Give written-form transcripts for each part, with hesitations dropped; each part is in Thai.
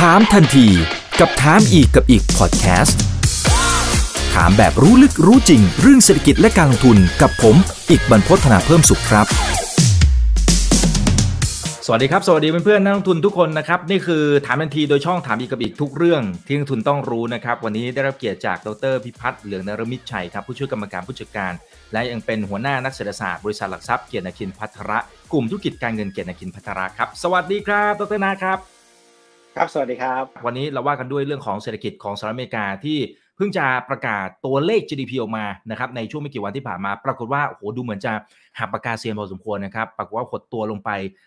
ถามทันทีกับถามอีกกับอีกพอดแคสต์ถามแบบรู้ลึกรู้จริงเรื่องเศรษฐกิจและการลงทุนกับผมอีกบรรพต ธนาเพิ่มสุขครับสวัสดีครับสวัสดีเพื่อนๆนักลงทุนทุกคนนะครับนี่คือถามทันทีโดยช่องถามอีกกับอีกทุกเรื่องที่นักลงทุนต้องรู้นะครับวันนี้ได้รับเกียรติจากดร.พิพัฒน์เหลืองนรมิตรชัยครับผู้ช่วยกรรมการผู้จัดการและยังเป็นหัวหน้านักเศรษฐศาสตร์บริษัทหลักทรัพย์เกียรตินาคินภัทระกลุ่มธุรกิจการเงินเกียรตินาคินภัทระครับสวัสดีครับดร.นะครับครับสวัสดีครับวันนี้เราว่ากันด้วยเรื่องของเศรษฐกิจของสหรัฐอเมริกาที่เพิ่งจะประกาศตัวเลข GDP ออกมานะครับในช่วงไม่กี่วันที่ผ่านมาปรากฏว่าโอ้โหดูเหมือนจะหักปากกาเซียนพอสมควรนะครับปรากฏว่าหดตัวลงไป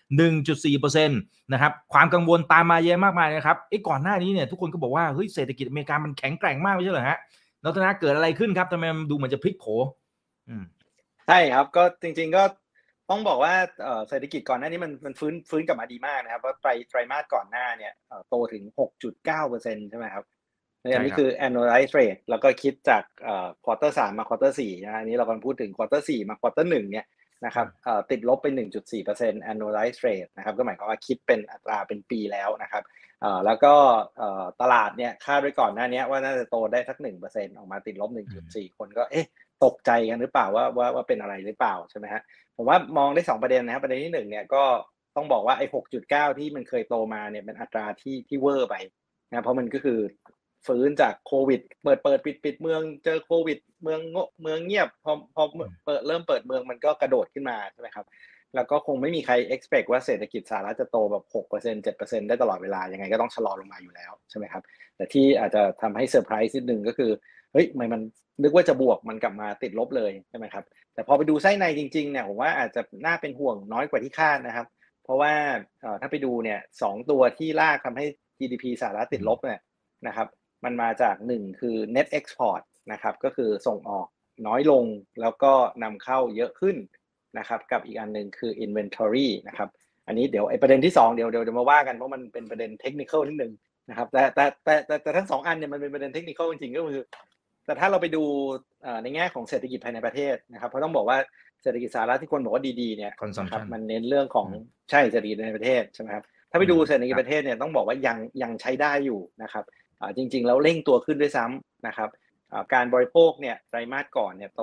1.4% นะครับความกังวลตามมาเยอะมากมายนะครับก่อนหน้านี้เนี่ยทุกคนก็บอกว่าเฮ้ยเศรษฐกิจอเมริกามันแข็งแกร่งมากไม่ใช่เหรอฮะแล้วตอนนั้นเกิดอะไรขึ้นครับทำไมมันดูเหมือนจะพลิกโผใช่ครับก็จริงๆก็ต้องบอกว่าเศรษฐกิจก่อนหน้านี้มันฟื้นกลับมาดีมากนะครับเพราะไตรมาสก่อนหน้าเนี่ยโตถึง 6.9% ใช่ไหมครับอันนี้คือ annualized rate แล้วก็คิดจากquarter 3มา quarter 4นะอันนี้เรากำลังพูดถึง quarter 4มา quarter 1เนี่ยนะครับติดลบไป 1.4% annualized rate นะครับก็หมายความว่าคิดเป็นอัตราเป็นปีแล้วนะครับแล้วก็ตลาดเนี่ยคาดไว้ก่อนหน้านี้ว่าน่าจะโตได้สัก 1% ออกมาติดลบ 1.4 คนก็ตกใจกันหรือเปล่าว่าเป็นอะไรหรือเปล่าใช่ไหมฮะผมว่ามองได้2ประเด็นนะครับประเด็นที่1เนี่ยก็ต้องบอกว่าไอ้ 6.9 ที่มันเคยโตมาเนี่ยเป็นอัตราที่เวอร์ไปนะเพราะมันก็คือฟื้นจากโควิดเปิดปิดเมืองเจอโควิดเมืองเงียบพอเริ่มเปิดเมืองมันก็กระโดดขึ้นมาใช่ไหมครับแล้วก็คงไม่มีใคร expect ว่าเศรษฐกิจสหรัฐจะโตแบบ 6% 7% ได้ตลอดเวลายังไงก็ต้องชะลอลงมาอยู่แล้วใช่ไหมครับแต่ที่อาจจะทำให้เซอร์ไพรส์นิดนึงก็คือเฮ้ยมันนึกว่าจะบวกมันกลับมาติดลบเลยใช่ไหมครับแต่พอไปดูไส้ในจริงๆเนี่ยผมว่าอาจจะน่าเป็นห่วงน้อยกว่าที่คาดนะครับเพราะว่าถ้าไปดูเนี่ย2ตัวที่ลากทำให้ GDP สหรัฐติดลบเนี่ยนะครับมันมาจาก1คือ net export นะครับก็คือส่งออกน้อยลงแล้วก็นำเข้าเยอะขึ้นนะครับกับอีกอันนึงคือ inventory นะครับอันนี้เดี๋ยวประเด็นที่2เดี๋ยวมาว่ากันเพราะมันเป็นประเด็นเทคนิคนิดนึงนะครับแต่ทั้ง2อันเนี่ยมันเป็นประเด็นเทคนิคจริงๆก็คือแต่ถ้าเราไปดูในแง่ของเศรษฐกิจภายในประเทศนะครับเพราะต้องบอกว่าเศรษฐกิจสหรัฐที่คนบอกว่าดีๆเนี่ยนะครับมันเน้นเรื่องของใช่เศรษฐกิจในประเทศใช่ไหมครับถ้าไปดูเศรษฐกิจประเทศเนี่ยต้องบอกว่ายังใช้ได้อยู่นะครับจริงๆแล้วเร่งตัวขึ้นด้วยซ้ำนะครับการบริโภคเนี่ยไตรมาสก่อนเนี่ยโต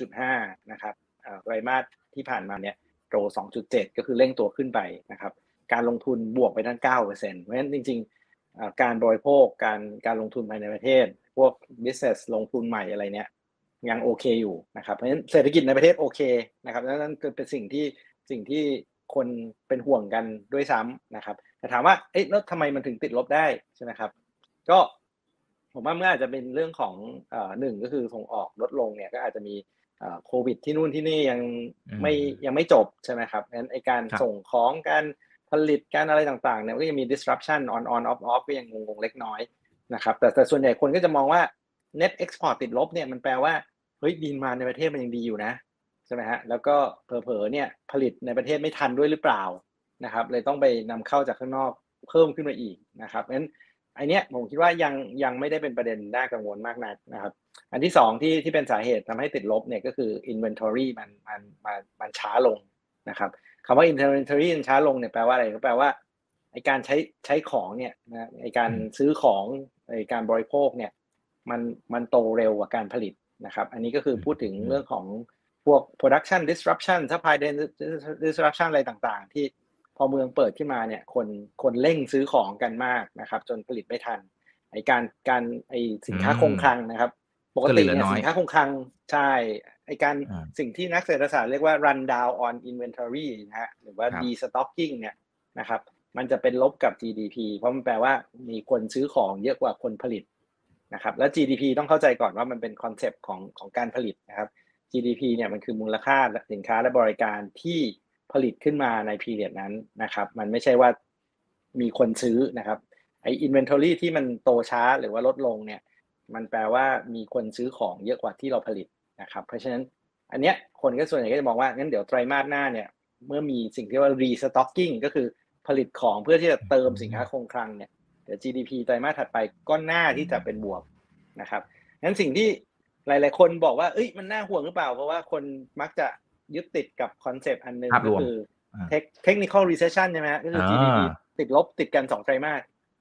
2.5 นะครับไตรมาสที่ผ่านมาเนี่ยโต 2.7 ก็คือเร่งตัวขึ้นไปนะครับการลงทุนบวกไปทั้ง 9% เพราะฉะนั้นจริงๆการบริโภคการลงทุนภายในประเทศพวก business ลงทุนใหม่อะไรเนี่ยยังโอเคอยู่นะครับเพราะฉะนั้นเศรษฐกิจในประเทศโอเคนะครับนั่นเป็นสิ่งที่คนเป็นห่วงกันด้วยซ้ำนะครับแต่ถามว่าแล้วทำไมมันถึงติดลบได้ใช่ไหมครับก็ผมว่าเมื่ออาจจะเป็นเรื่องของ1ก็คือส่งออกลดลงเนี่ยก็อาจจะมีโควิดที่นู่นที่นี่ยังไม่จบใช่ไหมครับงั้นการส่งของการผลิตการอะไรต่างๆเนี่ยก็ยังมี disruption on off ก็ยังงงๆเล็กน้อยนะครับแต่ส่วนใหญ่คนก็จะมองว่า net export ติดลบเนี่ยมันแปลว่าเฮ้ยดีมานด์ในประเทศมันยังดีอยู่นะใช่ไหมฮะแล้วก็เผลอๆเนี่ยผลิตในประเทศไม่ทันด้วยหรือเปล่านะครับเลยต้องไปนำเข้าจากข้างนอกเพิ่มขึ้นมาอีกนะครับงั้นไอเนี้ยผมคิดว่ายังไม่ได้เป็นประเด็นน่ากังวลมากนักนะครับอันที่2ที่เป็นสาเหตุทำให้ติดลบเนี่ยก็คือ inventory มันช้าลงนะครับคำว่า inventory มันช้าลงเนี่ยแปลว่าอะไรก็แปลว่าไอการใช้ของเนี่ยนะไอการซื้อของไอการบริโภคเนี่ยมันโตเร็วกว่าการผลิตนะครับอันนี้ก็คือพูดถึงเรื่องของพวก production disruption supply disruption อะไรต่างๆที่พอเมืองเปิดขึ้นมาเนี่ยคนเร่งซื้อของกันมากนะครับจนผลิตไม่ทันไอการไอสินค้าคงคลังนะครับปกติเนี่ยสินค้าคงคลังใช่ไอการสิ่งที่นักเศรษฐศาสตร์เรียกว่า run down on inventory นะฮะหรือว่า destocking เนี่ยนะครับมันจะเป็นลบกับ GDP เพราะมันแปลว่ามีคนซื้อของเยอะกว่าคนผลิตนะครับแล้ว GDP ต้องเข้าใจก่อนว่ามันเป็นคอนเซปต์ของการผลิตนะครับ GDP เนี่ยมันคือมูลค่าสินค้าและบริการที่ผลิตขึ้นมาใน period นั้นนะครับมันไม่ใช่ว่ามีคนซื้อนะครับไอ้ inventory ที่มันโตช้าหรือว่าลดลงเนี่ยมันแปลว่ามีคนซื้อของเยอะกว่าที่เราผลิตนะครับเพราะฉะนั้นอันเนี้ยคนก็ส่วนใหญ่ก็จะมองว่างั้นเดี๋ยวไตรมาสหน้าเนี่ยเมื่อมีสิ่งที่ว่า restocking ก็คือผลิตของเพื่อที่จะเติมสินค้าคงคลังเนี่ยเดี๋ยว GDP ไตรมาสถัดไปก็น่าที่จะเป็นบวกนะครับงั้นสิ่งที่หลายๆคนบอกว่ามันน่าห่วงหรือเปล่าเพราะว่าคนมักจะยึดติดกับคอนเซปต์อันนึงก็คือtechnical recession ใช่ไหมฮะก็คือ GDP ติดลบติดกัน2ไตรมาส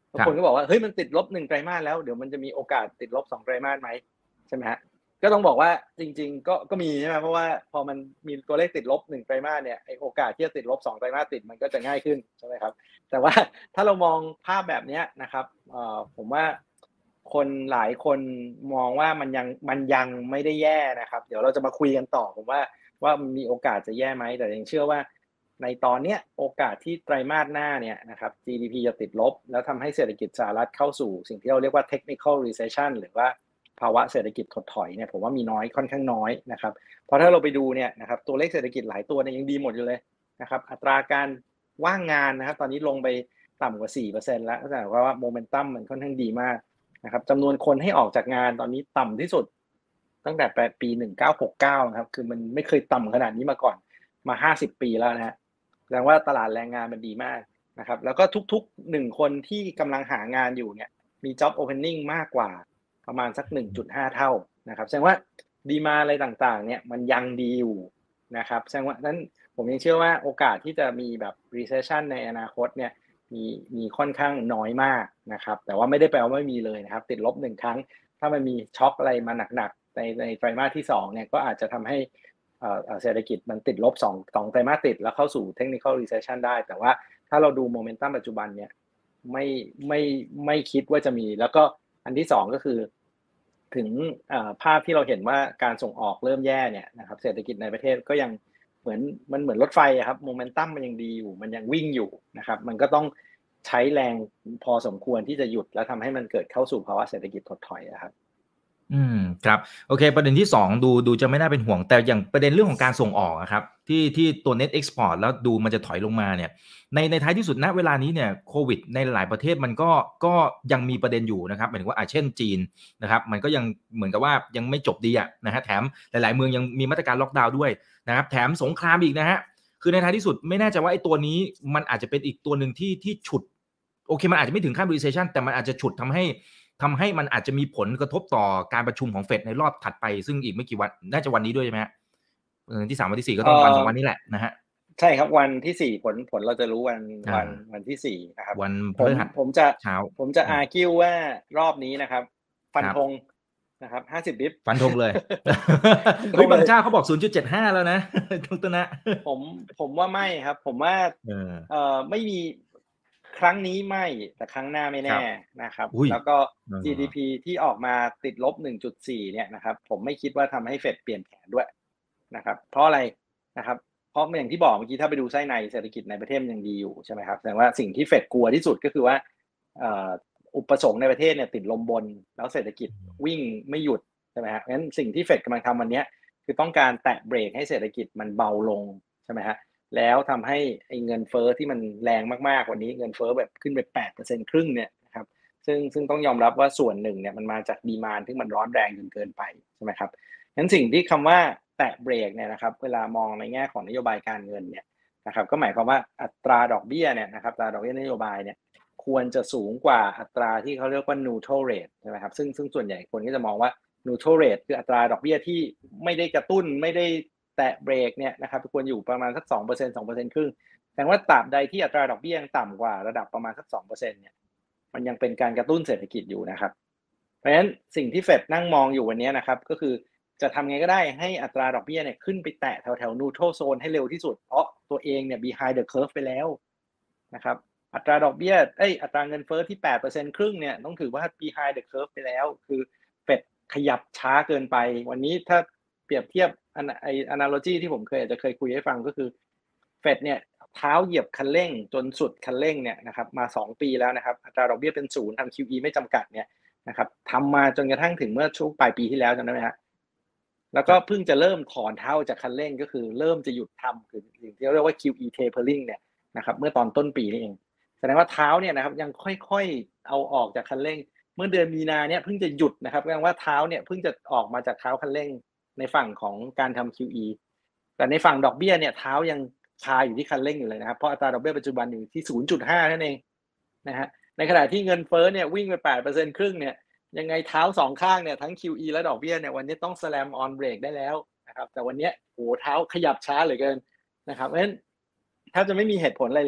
บางครับคนก็บอกว่าเฮ้ยมันติดลบ1ไตรมาสแล้วเดี๋ยวมันจะมีโอกาสติดลบ2ไตรมาสไหมใช่ไหมฮะก็ต้องบอกว่าจริงๆก็มีใช่ไหมเพราะว่าพอมันมีตัวเลขติดลบ1ไตรมาสเนี่ยไอ้โอกาสที่จะติดลบ2ไตรมาสติดมันก็จะง่ายขึ้นใช่ไหมครับแต่ว่าถ้าเรามองภาพแบบนี้นะครับผมว่าคนหลายคนมองว่ามันยังไม่ได้แย่นะครับเดี๋ยวเราจะมาคุยกันต่อผมว่ามันมีโอกาสจะแย่ไหมแต่ยังเชื่อว่าในตอนเนี้ยโอกาสที่ไตรมาสหน้าเนี่ยนะครับ GDP จะติดลบแล้วทำให้เศรษฐกิจสหรัฐเข้าสู่สิ่งที่เราเรียกว่า technical recession หรือว่าภาวะเศรษฐกิจถดถอยเนี่ยผมว่ามีน้อยค่อนข้างน้อยนะครับเพราะถ้าเราไปดูเนี่ยนะครับตัวเลขเศรษฐกิจหลายตัวเนี่ยยังดีหมดอยู่เลยนะครับอัตราการว่างงานนะครับตอนนี้ลงไปต่ำกว่า 4% แล้วก็แสดงว่าโมเมนตัมมันค่อนข้างดีมากนะครับจำนวนคนให้ออกจากงานตอนนี้ต่ำที่สุดตั้งแต่ปี1969นะครับคือมันไม่เคยต่ำขนาดนี้มาก่อนมา50ปีแล้วนะฮะแสดงว่าตลาดแรงงานมันดีมากนะครับแล้วก็ทุกๆ1คนที่กำลังหางานอยู่เนี่ยมี job opening มากกว่าประมาณสัก 1.5 เท่านะครับแสดงว่าดีมาอะไรต่างๆเนี่ยมันยังดีอยู่นะครับแสดงว่านั้นผมยังเชื่อว่าโอกาสที่จะมีแบบ recession ในอนาคตเนี่ยมีค่อนข้างน้อยมากนะครับแต่ว่าไม่ได้แปลว่าไม่มีเลยนะครับติดลบ1ครั้งถ้ามันมีช็อคอะไรมาหนักๆในไตรมาสที่2เนี่ยก็อาจจะทำให้เศรษฐกิจมันติดลบ2ไตรมาสติดแล้วเข้าสู่ technical recession ได้แต่ว่าถ้าเราดูโมเมนตัมปัจจุบันเนี่ยไม่ไม่ไม่คิดว่าจะมีแล้วก็อันที่2ก็คือถึงภาพที่เราเห็นว่าการส่งออกเริ่มแย่เนี่ยนะครับเศรษฐกิจในประเทศก็ยังเหมือนรถไฟครับโมเมนตัมมันยังดีอยู่มันยังวิ่งอยู่นะครับมันก็ต้องใช้แรงพอสมควรที่จะหยุดแล้วทำให้มันเกิดเข้าสู่ภาวะเศรษฐกิจถดถอยครับครับโอเคประเด็นที่2ดูจะไม่น่าเป็นห่วงแต่อย่างประเด็นเรื่องของการส่งออกอะครับที่ตัว Net Export แล้วดูมันจะถอยลงมาเนี่ยในท้ายที่สุดณเวลานี้เนี่ยโควิดในหลายประเทศมันก็ยังมีประเด็นอยู่นะครับหมายถึงว่าเช่นจีนนะครับมันก็ยังเหมือนกับว่ายังไม่จบดีอะนะฮะแถมหลายๆเมืองยังมีมาตรการล็อกดาวน์ด้วยนะครับแถมสงครามอีกนะฮะคือในท้ายที่สุดไม่แน่ใจว่าไอ้ตัวนี้มันอาจจะเป็นอีกตัวหนึ่งที่ฉุดโอเคมันอาจจะไม่ถึงขั้น recession แต่มันอาจจะฉุดทำให้มันอาจจะมีผลกระทบต่อการประชุมของเฟดในรอบถัดไปซึ่งอีกไม่กี่วันน่าจะวันนี้ด้วยใช่ไหมครับที่3วันที่4ก็ต้องวัน2วันนี้แหละนะฮะใช่ครับวันที่4ผลเราจะรู้วันอาวันที่4นะครับวันพผมฤหัสผมจะเช้าผมจะอืม argue ว่ารอบนี้นะครับฟัครับนธงนะครับ50บิปฟันธงเลยฟันธเฮ้ยงเลยบางเจ้าเขาบอก0.75แล้วนะทุกตัวนะผมผมว่าไม่ครับผมว่าเออไม่มีครั้งนี้ไม่แต่ครั้งหน้าไม่แน่ครับนะครับอุ๊ยแล้วก็เออ GDP ที่ออกมาติดลบ1.4เนี่ยนะครับผมไม่คิดว่าทำให้เฟดเปลี่ยนแผนด้วยนะครับเพราะอะไรนะครับเพราะอย่างที่บอกเมื่อกี้ถ้าไปดูไส้ในเศรษฐกิจในประเทศมันยังดีอยู่ใช่ไหมครับแสดงว่าสิ่งที่เฟดกลัวที่สุดก็คือว่าเอ่ออุปสงค์ในประเทศเนี่ยติดลมบนแล้วเศรษฐกิจวิ่งไม่หยุดใช่ไหมครับงั้นสิ่งที่เฟดกำลังทำวันนี้คือต้องการแตะเบรกให้เศรษฐกิจมันเบาลงใช่ไหมฮะแล้วทำให้ไอ้เงินเฟ้อที่มันแรงมากๆวันนี้เงินเฟ้อแบบขึ้นไป8%ครึ่งเนี่ยนะครับซึ่งต้องยอมรับว่าส่วนหนึ่งเนี่ยมันมาจากดีมานด์ที่มันร้อนแรงจนเกินไปใช่ไหมครับงั้นสิ่งที่คำว่าแตะเบรกเนี่ยนะครับเวลามองในแง่ของนโยบายการเงินเนี่ยนะครับก็หมายความว่าอัตราดอกเบี้ยเนี่ยนะครับอัตราดอกเบี้ยนโยบายเนี่ยควรจะสูงกว่าอัตราที่เขาเรียกว่า neutral rate ใช่ไหมครับซึ่งส่วนใหญ่คนก็จะมองว่า neutral rate คืออัตราดอกเบี้ยที่ไม่ได้กระตุ้นไม่ได้แตะเบรกเนี่ยนะครับควรอยู่ประมาณสัก2% 2%ครึ่งแสดงว่าตราบใดที่อัตราดอกเบี้ยยังต่ำกว่าระดับประมาณสัก2%เนี่ยมันยังเป็นการกระตุ้นเศรษฐกิจอยู่นะครับเพราะฉะนั้นสิ่งที่เฟดนั่งมองอยู่วันนี้นะครับก็คือจะทำไงก็ได้ให้อัตราดอกเบี้ยเนี่ยขึ้นไปแตะแถวๆ neutral zone ให้เร็วที่สุดเพราะตัวเองเนี่ย behind the curve ไปแล้วนะครับอัตราดอกเบี้ยอัตราเงินเฟ้อที่8%ครึ่งเนี่ยต้องถือว่า behind the curve ไปแล้วคือเฟดขยับช้าเกินไปวันนี้ถ้าเปรียบเทียบanalogy ที่ผมอาจจะเคยคุยให้ฟังก็คือเฟดเนี่ยเท้าเหยียบคันเร่งจนสุดคันเร่งเนี่ยนะครับมา2ปีแล้วนะครับอัตราดอกเบี้ยเป็น0ทำ QE ไม่จำกัดเนี่ยนะครับทำมาจนกระทั่งถึงเมื่อช่วงปลายปีที่แล้วจำได้ไหมฮะแล้วก็เพิ่งจะเริ่มถอนเท้าจากคันเร่งก็คือเริ่มจะหยุดทำคือสิ่งที่เรียกว่า QE tapering เนี่ยนะครับเมื่อตอนต้นปีนี่เองแสดงว่าเท้าเนี่ยนะครับยังค่อยๆเอาออกจากคันเร่ง เมื่อเดือนมีนาเนี่ยเพิ่งจะหยุดนะครับแสดงว่าเท้าเนี่ยเพิ่งจะออกมาจากเท้าคันเร่งในฝั่งของการทำ QE แต่ในฝั่งดอกเบี้ยเนี่ยเท้ายังคาอยู่ที่คันเร่งอยู่เลยนะครับเพราะอัตราดอกเบี้ยปัจจุบันอยู่ที่ 0.5 นั่นเองนะฮะในขณะที่เงินเฟ้อเนี่ยวิ่งไป8%ครึ่งเนี่ยยังไงเท้าสองข้างเนี่ยทั้ง QE และดอกเบี้ยเนี่ยวันนี้ต้อง slam on brake ได้แล้วนะครับแต่วันนี้โอ้โหเท้าขยับช้าเหลือเกินนะครับเพราะฉะนั้นแทบจะไม่มีเหตุผลอะไรเลย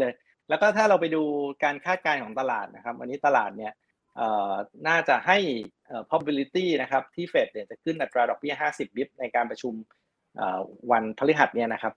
แล้วก็ถ้าเราไปดูการคาดการณ์ของตลาดนะครับวันนี้ตลาดเนี่ยน่าจะให้probability นะครับที่เฟดเนี่ยจะขึ้นอัตราดอกเบี้ย50บิปในการประชุมวันพฤหัสเนี่ยนะครับ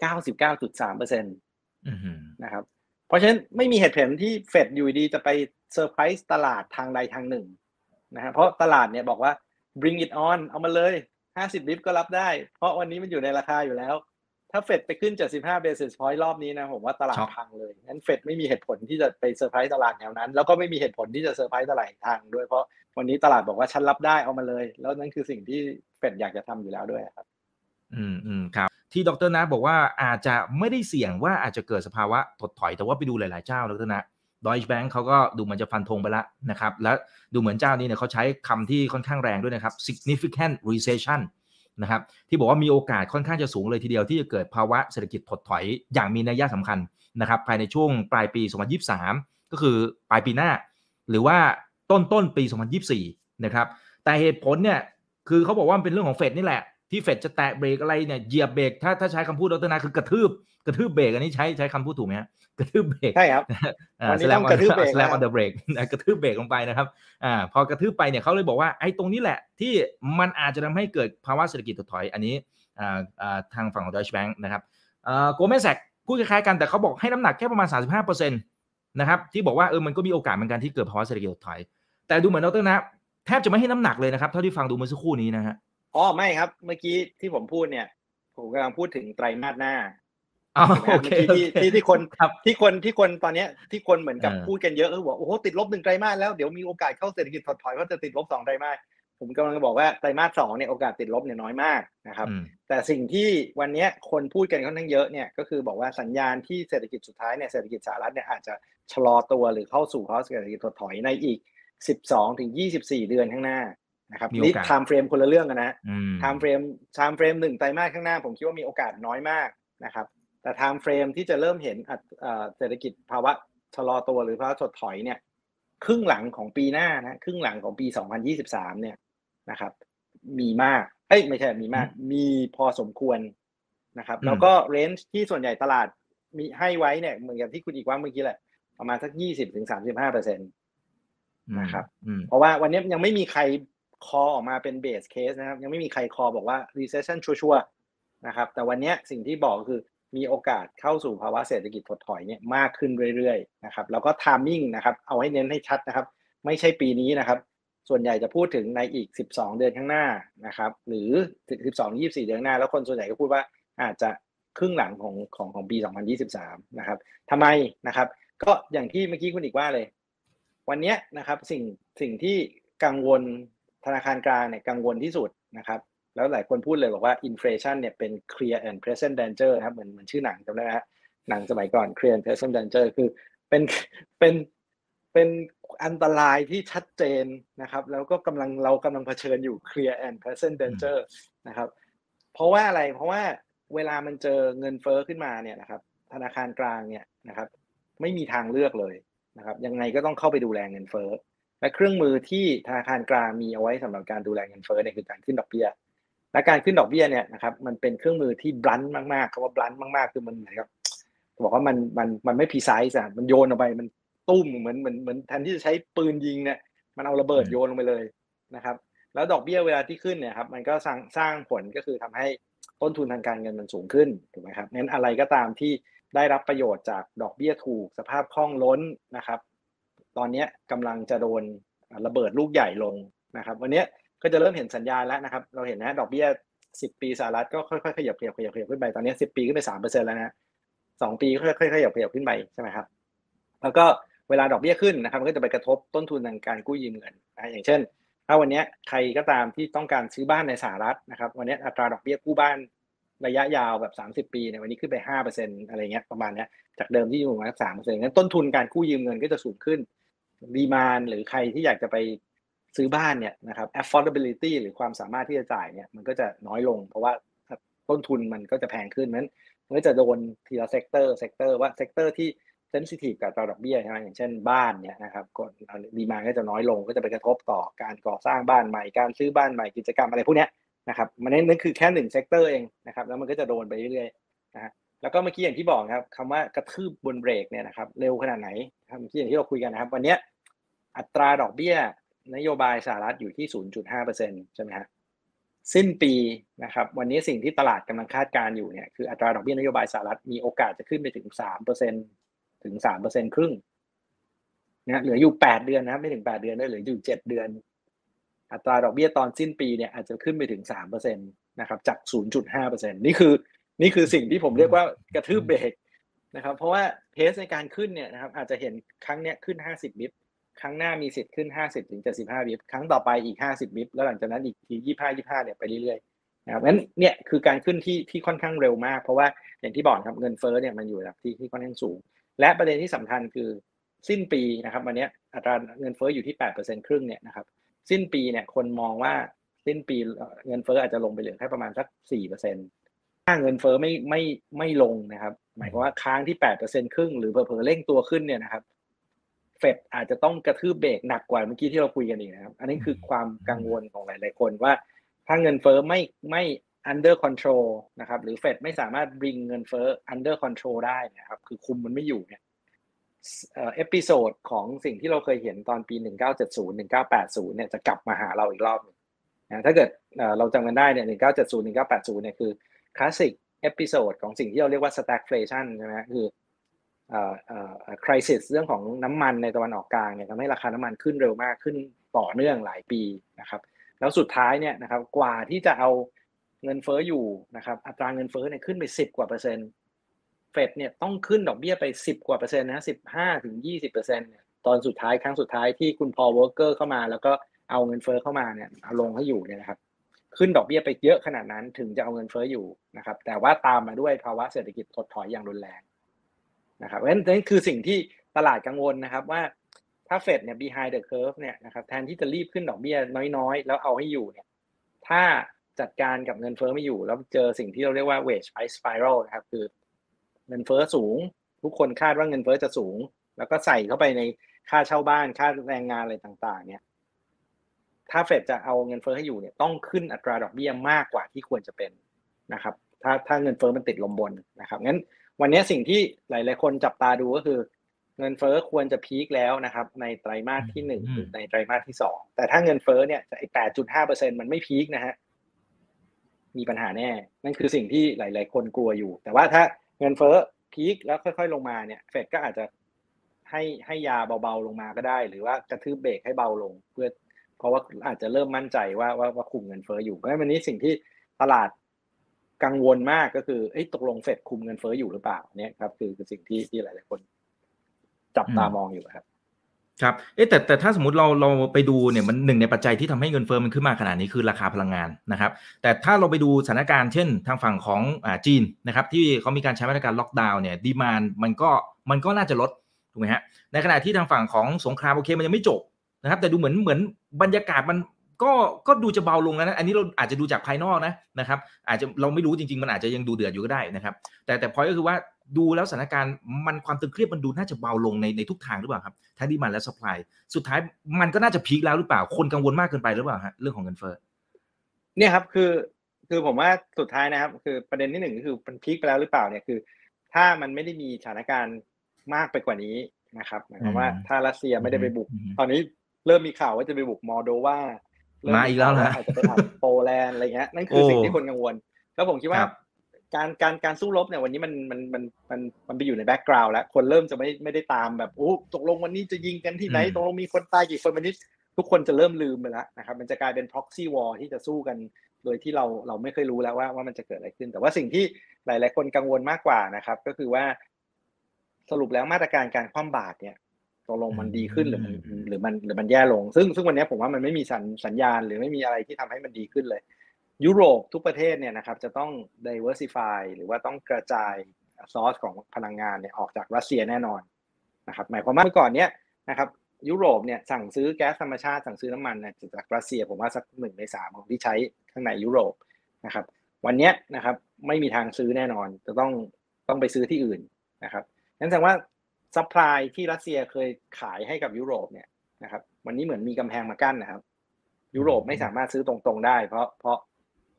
99.3% นะครับเพราะฉะนั้นไม่มีเหตุผลที่เฟดอยู่ดีจะไปเซอร์ไพรส์ตลาดทางใดทางหนึ่งนะครับเพราะตลาดเนี่ยบอกว่า bring it on เอามาเลย50บิปก็รับได้เพราะวันนี้มันอยู่ในราคาอยู่แล้วถ้าเฟดไปขึ้น75 basis point รอบนี้นะผมว่าตลาดพังเลยงั้นเฟดไม่มีเหตุผลที่จะไปเซอร์ไพรส์ตลาดแนวนั้นแล้วก็ไม่มีเหตุผลที่จะเซอร์ไพรส์ตลาดทางด้วยเพราะวันนี้ตลาดบอกว่าฉันรับได้เอามาเลยแล้วนั่นคือสิ่งที่เฟดอยากจะทำอยู่แล้วด้วยครับครับที่ดร.นะบอกว่าอาจจะไม่ได้เสี่ยงว่าอาจจะเกิดสภาวะถดถอยแต่ว่าไปดูหลายๆเจ้าดร.นะ Deutsche Bank เขาก็ดูเหมือนจะฟันธงไปแล้วนะครับและดูเหมือนเจ้านี้เนี่ยเขาใช้คำที่ค่อนข้างแรงด้วยนะครับ significant recession นะครับที่บอกว่ามีโอกาสค่อนข้างจะสูงเลยทีเดียวที่จะเกิดภาวะเศรษฐกิจถดถอยอย่างมีนัยสำคัญนะครับภายในช่วงปลายปี2023ก็คือปลายปีหน้าหรือว่าต้นปี2024นะครับแต่เหตุผลเนี่ยคือเขาบอกว่ามันเป็นเรื่องของเฟดนี่แหละที่เฟดจะแตะเบรกอะไรเนี่ยเหยียบเบรกถ้าใช้คำพูดดร.นาคือกระทืบเบรกอันนี้ใช้คำพูดถูกไหมฮะกระทืบเบรกใช่ครับวันนี้ต้องกระทืบเบรก slap on the brake กระทืบเบรกลงไปนะครับพอกระทืบไปเนี่ยเขาเลยบอกว่าไอ้ตรงนี้แหละที่มันอาจจะทำให้เกิดภาวะเศรษฐกิจถดถอยอันนี้ทางฝั่งของ Deutsche Bank นะครับGoldman Sachs พูดคล้ายๆกันแต่เขาบอกให้น้ำหนักแค่ประมาณ 35% นะครับที่บอกว่ามันก็มีโอกาสเหมือนกันที่เกิดภาวะเศรษฐกิจถดถอยแต่ดูเหมือนดร.นะแทบจะไม่ให้น้ำหนักเลยนะครับเท่าที่ฟังดูเมื่อสักครู่นี้นะฮะไม่ครับเมื่อกี้ที่ผมพูดเนี่ยผมกำลังพูดถึงไตรมาสหน้าโอเคที่คนตอนนี้ที่คนเหมือนกับพูดกันเยอะบอกโอ้โหติดลบ1ไตรมาสแล้วเดี๋ยวมีโอกาสเข้าเศรษฐกิจถดถอยเพราะจะติดลบ2ไตรมาสผมกำลังจะบอกว่าไตรมาส2เนี่ยโอกาสติดลบเนี่ยน้อยมากนะครับแต่สิ่งที่วันนี้คนพูดกันค่อนข้างเยอะเนี่ยก็คือบอกว่าสัญญาณที่เศรษฐกิจสุดท้ายเนี่ยเศรษฐกิจสหรัฐเนี่ยอาจจะชะลอตัวหรือเข้าสู่ภาวะเศรษฐกิจถดถอยในอีก12-24 เดือนข้างหน้านะครับนี่ time frame คนละเรื่องกันนะ time frame 1ไตรมาสข้างหน้าผมคิดว่ามีโอกาสน้อยมากนะครับแต่ time frame ที่จะเริ่มเห็นเศรษฐกิจภาวะชะลอตัวหรือภาวะถดถอยเนี่ยครึ่งหลังของปีหน้านะครึ่งหลังของปี2023เนี่ยนะครับมีมากไม่ใช่มีมากมีพอสมควรนะครับแล้วก็ range ที่ส่วนใหญ่ตลาดมีให้ไว้เนี่ยเหมือนกับที่คุณอีกว่าเมื่อกี้แหละประมาณสัก 20-35% นะครับเพราะว่าวันนี้ยังไม่มีใครคอออกมาเป็นเบสเคสนะครับยังไม่มีใครคอบอกว่า recession ชัวร์ๆนะครับแต่วันนี้สิ่งที่บอกคือมีโอกาสเข้าสู่ภาวะเศรษฐกิจถดถอยเนี่ยมากขึ้นเรื่อยๆนะครับแล้วก็ timing นะครับเอาให้เน้นให้ชัดนะครับไม่ใช่ปีนี้นะครับส่วนใหญ่จะพูดถึงในอีก12เดือนข้างหน้านะครับหรือ12-24 เดือนข้างหน้าแล้วคนส่วนใหญ่ก็พูดว่าอาจจะครึ่งหลังของปี2023นะครับทำไมนะครับก็อย่างที่เมื่อกี้คุณอีกว่าเลยวันนี้นะครับสิ่งที่กังวลธนาคารกลางเนี่ยกังวลที่สุดนะครับแล้วหลายคนพูดเลยบอกว่า inflation เนี่ยเป็น clear and present danger นะครับเหมือนชื่อหนังจำได้ไหมฮะหนังสมัยก่อน clear and present danger คือเป็นอันตรายที่ชัดเจนนะครับแล้วก็เรากำลังเผชิญอยู่ clear and present danger นะครับเพราะว่าอะไรเพราะว่าเวลามันเจอเงินเฟ้อขึ้นมาเนี่ยนะครับธนาคารกลางเนี่ยนะครับไม่มีทางเลือกเลยนะครับยังไงก็ต้องเข้าไปดูแลเงินเฟ้อและเครื่องมือที่ธนาคารกลางมีเอาไว้สำหรับการดูแลเงินเฟ้อเนี่ยคือการขึ้นดอกเบี้ยและการขึ้นดอกเบี้ยเนี่ยนะครับมันเป็นเครื่องมือที่บลันต์มากๆคำว่าบลันต์มากๆคือมันเหมือนกับบอกว่ามันไม่ precise อ่ะมันโยนออกไปมันตุ้มเหมือนแทนที่จะใช้ปืนยิงเนี่ยมันเอาระเบิดโยนลงไปเลยนะครับแล้วดอกเบี้ยเวลาที่ขึ้นเนี่ยครับมันก็สร้างผลก็คือทำให้ต้นทุนทางการเงินมันสูงขึ้นถูกไหมครับงั้นอะไรก็ตามที่ได้รับประโยชน์จากดอกเบี้ยถูกสภาพคล่องล้นนะครับตอนนี้กำลังจะโดนระเบิดลูกใหญ่ลงนะครับวันนี้ก็จะเริ่มเห็นสัญญาณแล้วนะครับเราเห็นนะดอกเบี้ย10 ปีสหรัฐก็ค่อยๆขยับขึ้นไปตอนนี้10 ปีขึ้นไป 3% แล้วนะ2 ปีค่อยๆขยับขึ้นไปใช่ไหมครับแล้วก็เวลาดอกเบี้ยขึ้นนะครับมันก็จะไปกระทบต้นทุนทางการกู้ยืมเงินอย่างเช่นถ้าวันนี้ใครก็ตามที่ต้องการซื้อบ้านในสหรัฐนะครับวันนี้อัตราดอกเบี้ยกู้บ้านระยะยาวแบบ30 ปีเนี่ยวันนี้ขึ้นไป 5% อะไรเงี้ยประมาณนี้จากเดิมที่อยู่ประมาณ 3% งั้นต้นทุนการกู้ยืมเงินก็จะสูงขึ้นดีมานด์หรือใครที่อยากจะไปซื้อบ้านเนี่ยนะครับ affordability หรือความสามารถที่จะจ่ายเนี่ยมันก็จะน้อยลงเพราะว่าต้นทุนมันก็จะแพงขึ้นนั้นมันก็จะโดนทีละเซกเตอร์ว่าเซกเตอร์ที่เซนซิทีฟกับอัตราดอกเบี้ยใช่ไหมอย่างเช่นบ้านเนี่ยนะครับดีมานด์ก็จะน้อยลงก็จะไปกระทบต่อการก่อสร้างบ้านใหม่การซื้อบ้านใหม่กิจกรรมอะไรพวกนี้นะครับมันนั่นคือแค่1เซกเตอร์เองนะครับแล้วมันก็จะโดนไปเรื่อยๆนะฮะแล้วก็เมื่อกี้อย่างที่บอกครับคำว่ากระทืบบนเบรกเนี่ยนะครับเร็วขนาดไหนครับเมื่อกี้อย่างที่เราคุยกันนะครับวันนี้อัตราดอกเบี้ยนโยบายสหรัฐอยู่ที่ 0.5% ใช่ไหมครับสิ้นปีนะครับวันนี้สิ่งที่ตลาดกำลังคาดการณ์อยู่เนี่ยคืออัตราดอกเบี้ยนโยบายสหรัฐมีโอกาสจะขึ้นไปถึง 3% ถึง 3% ครึ่งนะเหลืออยู่8เดือนนะครับไม่ถึง8เดือนด้วยเหลืออยู่7เดือนอัตราดอกเบี้ยตอนสิ้นปีเนี่ยอาจจะขึ้นไปถึง 3% นะครับจาก 0.5% นี่คือสิ่งที่ผมเรียกว่ากระทืบเบรกนะครับเพราะว่าเพสในการขึ้นเนี่ยนะครับอาจจะเห็นครั้งเนี้ยขึ้น50บิปครั้งหน้ามีสิทธิ์ขึ้น50ถึง75บิปครั้งต่อไปอีก50บิปแล้วหลังจากนั้นอีกที25เนี่ยไปเรื่อยๆนะครับงั้นเนี่ยคือการขึ้นที่ค่อนข้างเร็วมากเพราะว่าอย่างที่บอกครับเงินเฟ้อเนี่ยมันอยู่ระดับที่ค่อนข้างสูงและประเด็นที่สำคัญคือสิ้นปีนะครับวันนี้อัตราเงินเฟ้ออยู่ที่ 8% ครึ่งเนี่ยนะครับสิ้นปีเนี่ยคนมองว่าสิ้นปีเงินเฟ้ออาจจะลงไปเหลือแค่ประมาณสัก 4%ถ้าเงินเฟ้อไม่ลงนะครับหมายความว่าค้างที่ 8% ครึ่งหรือเผลอๆเร่งตัวขึ้นเนี่ยนะครับเฟดอาจจะต้องกระทืบเบรกหนักกว่าเมื่อกี้ที่เราคุยกันอีกนะครับอันนี้คือความกังวลของหลายๆคนว่าถ้าเงินเฟ้อไม่ under control นะครับหรือเฟดไม่สามารถ bring เงินเฟ้อ under control ได้นะครับคือคุมมันไม่อยู่เนี่ยเอพิโซดของสิ่งที่เราเคยเห็นตอนปี 1970 1980เนี่ยจะกลับมาหาเราอีกรอบนึงนะถ้าเกิดเราจำกันได้เนี่ย1970 1980เนี่ยคือคลาสสิกเอพิโซดของสิ่งที่เราเรียกว่า stagflation ใช่ไหมคือcrisis เรื่องของน้ำมันในตะวันออกกลางเนี่ยทำให้ราคาน้ำมันขึ้นเร็วมากขึ้นต่อเนื่องหลายปีนะครับแล้วสุดท้ายเนี่ยนะครับกว่าที่จะเอาเงินเฟ้ออยู่นะครับอัตราเงินเฟ้อเนี่ยขึ้นไป10 กว่าเปอร์เซ็นต์เฟดเนี่ยต้องขึ้นดอกเบี้ยไป10 กว่าเปอร์เซ็นต์นะ15ถึง20%ตอนสุดท้ายครั้งสุดท้ายที่คุณพอลวอลเกอร์เข้ามาแล้วก็เอาเงินเฟ้อเข้ามาเนี่ยเอาลงให้อยู่เนี่ยนะครับขึ้นดอกเบี้ยไปเยอะขนาดนั้นถึงจะเอาเงินเฟ้ออยู่นะครับแต่ว่าตามมาด้วยภาวะเศรษฐกิจถดถอยอย่างรุนแรงนะครับเพราะฉะนั้นคือสิ่งที่ตลาดกังวลนะครับว่าถ้าเฟดเนี่ย behind the curve เนี่ยนะครับแทนที่จะรีบขึ้นดอกเบี้ยน้อยๆแล้วเอาให้อยู่เนี่ยถ้าจัดการกับเงินเฟ้อไม่อยู่แล้วเจอสิ่งที่เราเรียกว่า wage price spiral นะครับคือเงินเฟ้อสูงทุกคนคาดว่าเงินเฟ้อจะสูงแล้วก็ใส่เข้าไปในค่าเช่าบ้านค่าแรงงานอะไรต่างๆเนี่ยถ้าเฟดจะเอาเงินเฟ้อให้อยู่เนี่ยต้องขึ้นอัตราดอกเบี้ยมากกว่าที่ควรจะเป็นนะครับถ้าเงินเฟ้อมันติดลมบนนะครับงั้นวันนี้สิ่งที่หลายๆคนจับตาดูก็คือเงินเฟ้อควรจะพีคแล้วนะครับในไตรมาสที่1หรือในไตรมาสที่2แต่ถ้าเงินเฟ้อเนี่ยไอ้ 8.5% มันไม่พีคนะฮะมีปัญหาแน่นั่นคือสิ่งที่หลายๆคนกลัวอยู่แต่ว่าถ้าเงินเฟ้อพีคแล้วค่อยๆลงมาเนี่ยเฟดก็อาจจะให้ยาเบาๆลงมาก็ได้หรือว่ากระทืบเบรกให้เบาลงเพราะว่าอาจจะเริ่มมั่นใจว่าคุมเงินเฟ้ออยู่เพราะฉะนั้นวันนี้สิ่งที่ตลาดกังวลมากก็คือตกลงเฟดคุมเงินเฟ้ออยู่หรือเปล่าเนี่ยครับคือสิ่งที่หลายๆคนจับตามองอยู่ครับครับแต่ถ้าสมมติเราไปดูเนี่ยมันหนึ่งในปัจจัยที่ทำให้เงินเฟ้อมันขึ้นมาขนาดนี้คือราคาพลังงานนะครับแต่ถ้าเราไปดูสถานการณ์เช่นทางฝั่งของจีนนะครับที่เขามีการใช้มาตรการล็อกดาวน์เนี่ยดีมานด์มันก็น่าจะลดถูกไหมฮะในขณะที่ทางฝั่งของสงครามโอเคมันยังไม่จบนะครับแต่ดูเหมือนบรรยากาศมันก็ดูจะเบาลงแล้วนะอันนี้เราอาจจะดูจากภายนอกนะครับอาจจะเราไม่รู้จริงๆมันอาจจะยังดูเดือดอยู่ก็ได้นะครับแต่พอยก็คือว่าดูแล้วสถานการณ์มันความตึงเครียดมันดูน่าจะเบาลงในทุกทางหรือเปล่าครับทั้งดีมานด์และซัพพลายสุดท้ายมันก็น่าจะพีคแล้วหรือเปล่าคนกังวลมากเกินไปหรือเปล่าฮะเรื่องของเงินเฟ้อเนี่ยครับคือผมว่าสุดท้ายนะครับคือประเด็นที่หนึ่งก็คือมันพีคไปแล้วหรือเปล่าเนี่ยคือถ้ามันไม่ได้มีสถานการณ์มากไปกว่านี้นะครับหมายความว่าถ้ารัสเซียไม่ได้ไปบุกตอนนี้เริ่มมีข่าวว่าจะไปบุกมอลโดวาเริ่มมีข่าวว่าอาจจะไปทำโปแลนด์อะไรเงี้ยนั่นคือสิ่งที่คนกังวลแล้วผมคิดว่าการสู้รบเนี่ยวันนี้มันไปอยู่ในแบ็กกราวด์แล้วคนเริ่มจะไม่ได้ตามแบบโอ้ตกลงวันนี้จะยิงกันที่ไหนตกลงมีคนตายกี่คนวันนี้ทุกคนจะเริ่มลืมไปแล้วนะครับมันจะกลายเป็น proxy war ที่จะสู้กันโดยที่เราไม่เคยรู้แล้วว่ามันจะเกิดอะไรขึ้นแต่ว่าสิ่งที่หลายๆคนกังวลมากกว่านะครับก็คือว่าสรุปแล้วมาตรการการคว่ำบาตรเนี่ยตกลงมันดีขึ้นหรือมันแย่ลงซึ่งวันนี้ผมว่ามันไม่มีสัญญาณหรือไม่มีอะไรที่ทำให้มันดีขึ้นเลยยุโรปทุกประเทศเนี่ยนะครับจะต้อง diversify หรือว่าต้องกระจายซอร์สของพลังงานเนี่ยออกจากรัสเซียแน่นอนนะครับหมายความว่าเมื่อก่อนเนี้ยนะครับยุโรปเนี่ยสั่งซื้อแก๊สธรรมชาติสั่งซื้อน้ำมันจากรัสเซียผมว่าสัก1 ใน 3ของที่ใช้ข้างในยุโรปนะครับวันนี้นะครับไม่มีทางซื้อแน่นอนจะต้องไปซื้อที่อื่นนะครับนั่นแสดงว่าซัพพลายที่รัสเซียเคยขายให้กับยุโรปเนี่ยนะครับวันนี้เหมือนมีกำแพงมากั้นนะครับยุโรปไม่สามารถซื้อตรงๆได้เพราะ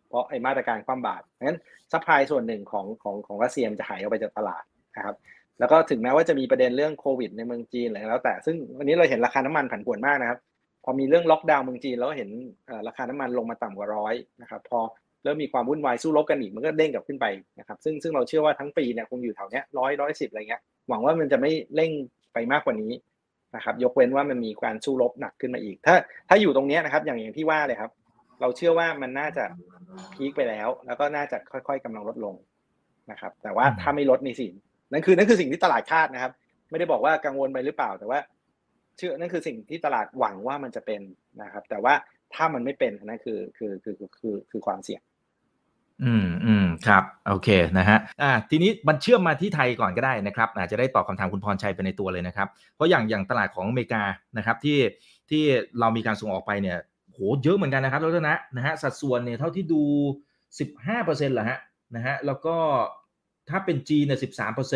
เพราะไอ้มาตรการคว่ำบาตรงั้นซัพพลายส่วนหนึ่งของรัสเซียจะหายออกไปจากตลาดนะครับแล้วก็ถึงแม้ว่าจะมีประเด็นเรื่องโควิดในเมืองจีนอะไรแล้วแต่ซึ่งวันนี้เราเห็นราคาน้ำมันผันผวนมากนะครับพอมีเรื่องล็อกดาวน์เมืองจีนแล้วเห็นราคาน้ำมันลงมาต่ำกว่า100นะครับพอเริ่มมีความวุ่นวายสู้รบกันอีกมันก็เด้งกลับขึ้นไปนะครับซึ่งเราเชื่อว่าทั้งปีเนี่ยคงอยู่แถวเนี้ย100 110อะไรเงี้ยหวังว่ามันจะไม่เร่งไปมากกว่านี้นะครับยกเว้นว่ามันมีการสู้รบหนักขึ้นมาอีกถ้าอยู่ตรงนี้นะครับอย่างที่ว่าเลยครับเราเชื่อว่ามันน่าจะพีคไปแล้วก็น่าจะค่อยๆกำลังลดลงนะครับแต่ว่าถ้าไม่ลดนี่สินั่นคือสิ่งที่ตลาดคาดนะครับไม่ได้บอกว่ากังวลไปหรือเปล่าแต่ว่าเชื่อนั่นคือสิ่งที่ตลาดหวังว่ามันจะเป็นนะครับแต่ว่าถ้ามันไม่เป็นนั่นคือความเสี่ยงครับโอเคนะฮะทีนี้มันเชื่อมมาที่ไทยก่อนก็ได้นะครับอาจจะได้ตอบคำถามคุณพรชัยไปในตัวเลยนะครับเพราะอย่างตลาดของอเมริกานะครับที่เรามีการส่งออกไปเนี่ยโหเยอะเหมือนกันนะครับแล้วนะฮะสัดส่วนเนี่ยเท่าที่ดู 15%เหรอฮะนะฮะแล้วก็ถ้าเป็นจีนเนี่ย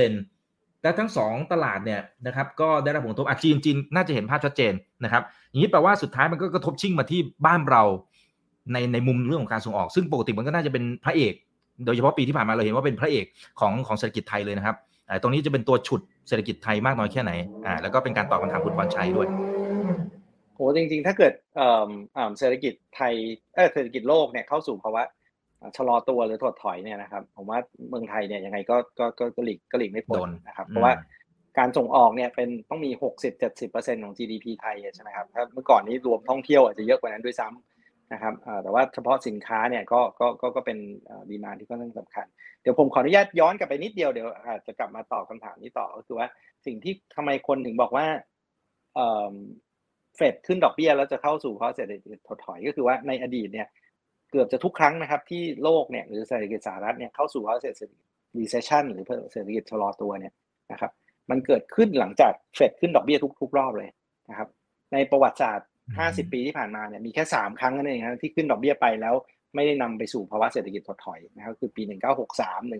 13%และทั้ง2ตลาดเนี่ยนะครับก็ได้รับผลกระทบจีนน่าจะเห็นภาพชัดเจนนะครับอย่างนี้แปลว่าสุดท้ายมันก็กระทบชิ่งมาที่บ้านเราในมุมเรื่องของการส่งออกซึ่งปกติมันก็น่าจะเป็นพระเอกโดยเฉพาะปีที่ผ่านมาเราเห็นว่าเป็นพระเอกของเศรษฐกิจไทยเลยนะครับตรงนี้จะเป็นตัวฉุดเศรษฐกิจไทยมากน้อยแค่ไหนแล้วก็เป็นการตอบคำถามคุณพรชัยด้วยโหจริงๆถ้าเกิดเศรษฐกิจไทยเศรษฐกิจโลกเนี่ยเข้าสู่ภาวะชะลอตัวหรือถดถอยเนี่ยนะครับผมว่าเมืองไทยเนี่ยยังไงก็หลีกไม่พ้นนะครับเพราะว่าการส่งออกเนี่ยเป็นต้องมี 60-70% ของ GDP ไทยใช่ไหมครับถ้าเมื่อก่อนนี้รวมท่องเที่ยวอาจจะเยอะกว่านั้นด้วยซ้ำนะครับแต่ว่าเฉพาะสินค้าเนี่ยก็เป็นดีมานด์ที่ค่อนข้างสำคัญเดี๋ยวผมขออนุญาตย้อนกลับไปนิดเดียวเดี๋ยวอาจจะกลับมาตอบคำถามนี้ต่อก็คือว่าสิ่งที่ทำไมคนถึงบอกว่าเฟดขึ้นดอกเบี้ยแล้วจะเข้าสู่ภาวะเศรษฐกิจถดถอยก็คือว่าในอดีตเนี่ยเกือบจะทุกครั้งนะครับที่โลกเนี่ยหรือเศรษฐกิจสหรัฐเนี่ยเข้าสู่ภาวะเศรษฐกิจ recession หรือเศรษฐกิจชะลอตัวเนี่ยนะครับมันเกิดขึ้นหลังจากเฟดขึ้นดอกเบี้ยทุกรอบเลยนะครับในประวัติศาสตร์50 ปีที่ผ่านมาเนี่ยมีแค่3ครั้งนั่นเองครับที่ขึ้นดอกเบี้ยไปแล้วไม่ได้นำไปสู่ภาวะเศรษฐกิจถดถอยนะครับคือปี1963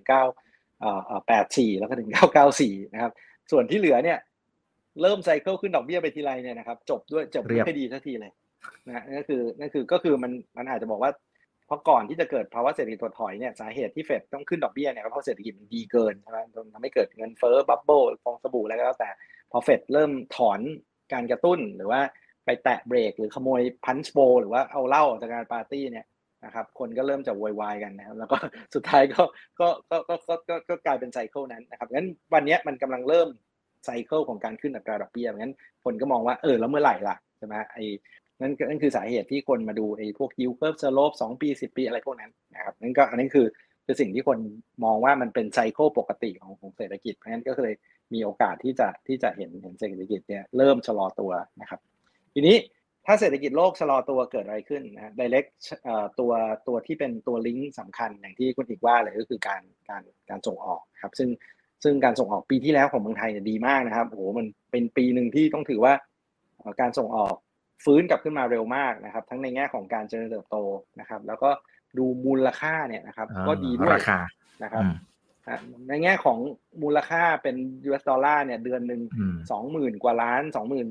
1984แล้วก็1994นะครับส่วนที่เหลือเนี่ยเริ่มไซเคิลขึ้นดอกเบี้ยไปทีไรเนี่ยนะครับจบไม่ค่อยดีสักทีเลยนะนั่นคือมันอาจจะบอกว่าเพราะก่อนที่จะเกิดภาวะเศรษฐกิจถดถอยเนี่ยสาเหตุที่เฟดต้องขึ้นดอกเบี้ยเนี่ยเพราะเศรษฐกิจมันดีเกินใช่ไหมทำให้เกิดเงินเฟ้อบับเบิ้ลฟองสบู่อะไรก็แล้วแต่พอเฟดเริ่มถอนการกระตุ้นหรือว่าไปแตะเบรกหรือขโมยพันช์โบหรือว่าเอาเหล้าจากการปาร์ตี้เนี่ยนะครับคนก็เริ่มจะโวยวายกันนะครับแล้วก็สุดท้ายก็กลายเป็นไซเคิลนั้นนะครับงั้นวันนี้มันกำลังเริ่มไซเคิลของการขึ้นอัตราดอกเบี้ยงั้นคนก็มองว่าแล้วเมื่อไหร่ล่ะใช่ไหมนั่นคือสาเหตุที่คนมาดูไอ้พวก yield curve slope 2 ปี10 ปีอะไรพวกนั้นนะครับนั่นก็อันนี้คือสิ่งที่คนมองว่ามันเป็นไซเคิลปกติของเศรษฐกิจเพราะฉะนั้นก็เลยมีโอกาสที่จะเห็นเศรษฐกิจเนี่ยเริ่มชะลอตัวนะครับทีนี้ถ้าเศรษฐกิจโลกชะลอตัวเกิดอะไรขึ้นนะ direct ตัวที่เป็นตัวลิงก์สำคัญอย่างที่คุณอีกว่าเลยก็คือการส่งออกครับซึ่งการส่งออกปีที่แล้วของเมืองไทยเนี่ยดีมากนะครับโอ้โหมันเป็นปีหนึ่งที่ต้องถือว่าการส่งออกฟื้นกลับขึ้นมาเร็วมากนะครับทั้งในแง่ของการเจริญเติบโตนะครับแล้วก็ดูมูลค่าเนี่ยนะครับก็ดีด้วยราคานะครับในแง่ของมูลค่าเป็น US ดอลลาร์เนี่ยเดือนหนึ่ง20,000 กว่าล้าน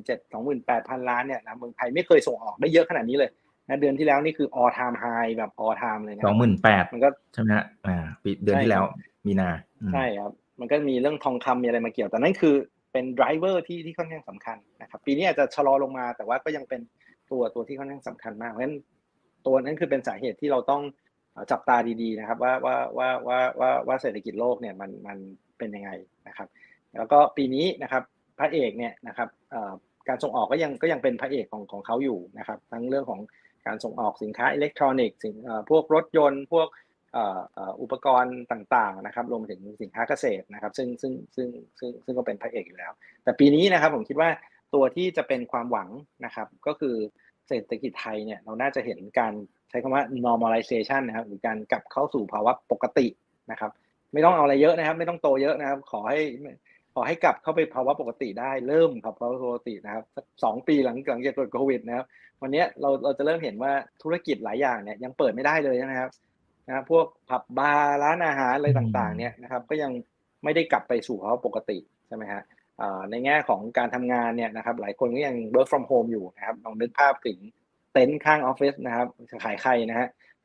28,000 ล้านเนี่ยนะเมืองไทยไม่เคยส่งออกได้เยอะขนาดนี้เลยนะเดือนที่แล้วนี่คือ all time high แบบ all time เลยนะ 28,000 มันก็ใช่ไหมฮะปีเดือนที่แล้วมีนาใช่ครับมันก็มีเรื่องทองคำมีอะไรมาเกี่ยวแต่นั่นคือเป็น driver ที่ค่อนข้างสำคัญนะครับปีนี้อาจจะชะลอลงมาแต่ว่าก็ยังเป็นตัวที่ค่อนข้างสำคัญมากเพราะฉะนั้นตัวนั้นคือเป็นสาเหตุที่เราต้องจับตาดีๆนะครับว่าเศรษฐกิจโลกเนี่ยมันเป็นยังไงนะครับแล้วก็ปีนี้นะครับพระเอกเนี่ยนะครับการส่งออกก็ยังเป็นพระเอกของเขาอยู่นะครับทั้งเรื่องของการส่งออกสินค้าอิเล็กทรอนิกส์พวกรถยนต์พวกอุปกรณ์ต่างๆนะครับรวมถึงสินค้าเกษตรนะครับซึ่งก็เป็นพระเอกอยู่แล้วแต่ปีนี้นะครับผมคิดว่าตัวที่จะเป็นความหวังนะครับก็คือเศรษฐกิจไทยเนี่ยเราน่าจะเห็นการใช้คำว่า normalization นะครับหรือการกลับเข้าสู่ภาวะปกตินะครับไม่ต้องเอาอะไรเยอะนะครับไม่ต้องโตเยอะนะครับขอให้กลับเข้าไปภาวะปกติได้เริ่มครับภาวะปกตินะครับสัก2 ปีหลังจากเกิดโควิดนะครับวันนี้เราจะเริ่มเห็นว่าธุรกิจหลายอย่างเนี่ยยังเปิดไม่ได้เลยนะครับนะพวกผับบาร์ร้านอาหารอะไรต่างๆเนี่ยนะครับก็ยังไม่ได้กลับไปสู่ภาวะปกติใช่ไหมฮะในแง่ของการทำงานเนี่ยนะครับหลายคนก็ยัง work from home อยู่นะครับลองนึกภาพถึงเต็นท์ข้างออฟฟิศนะครับจะขายใครนะฮะ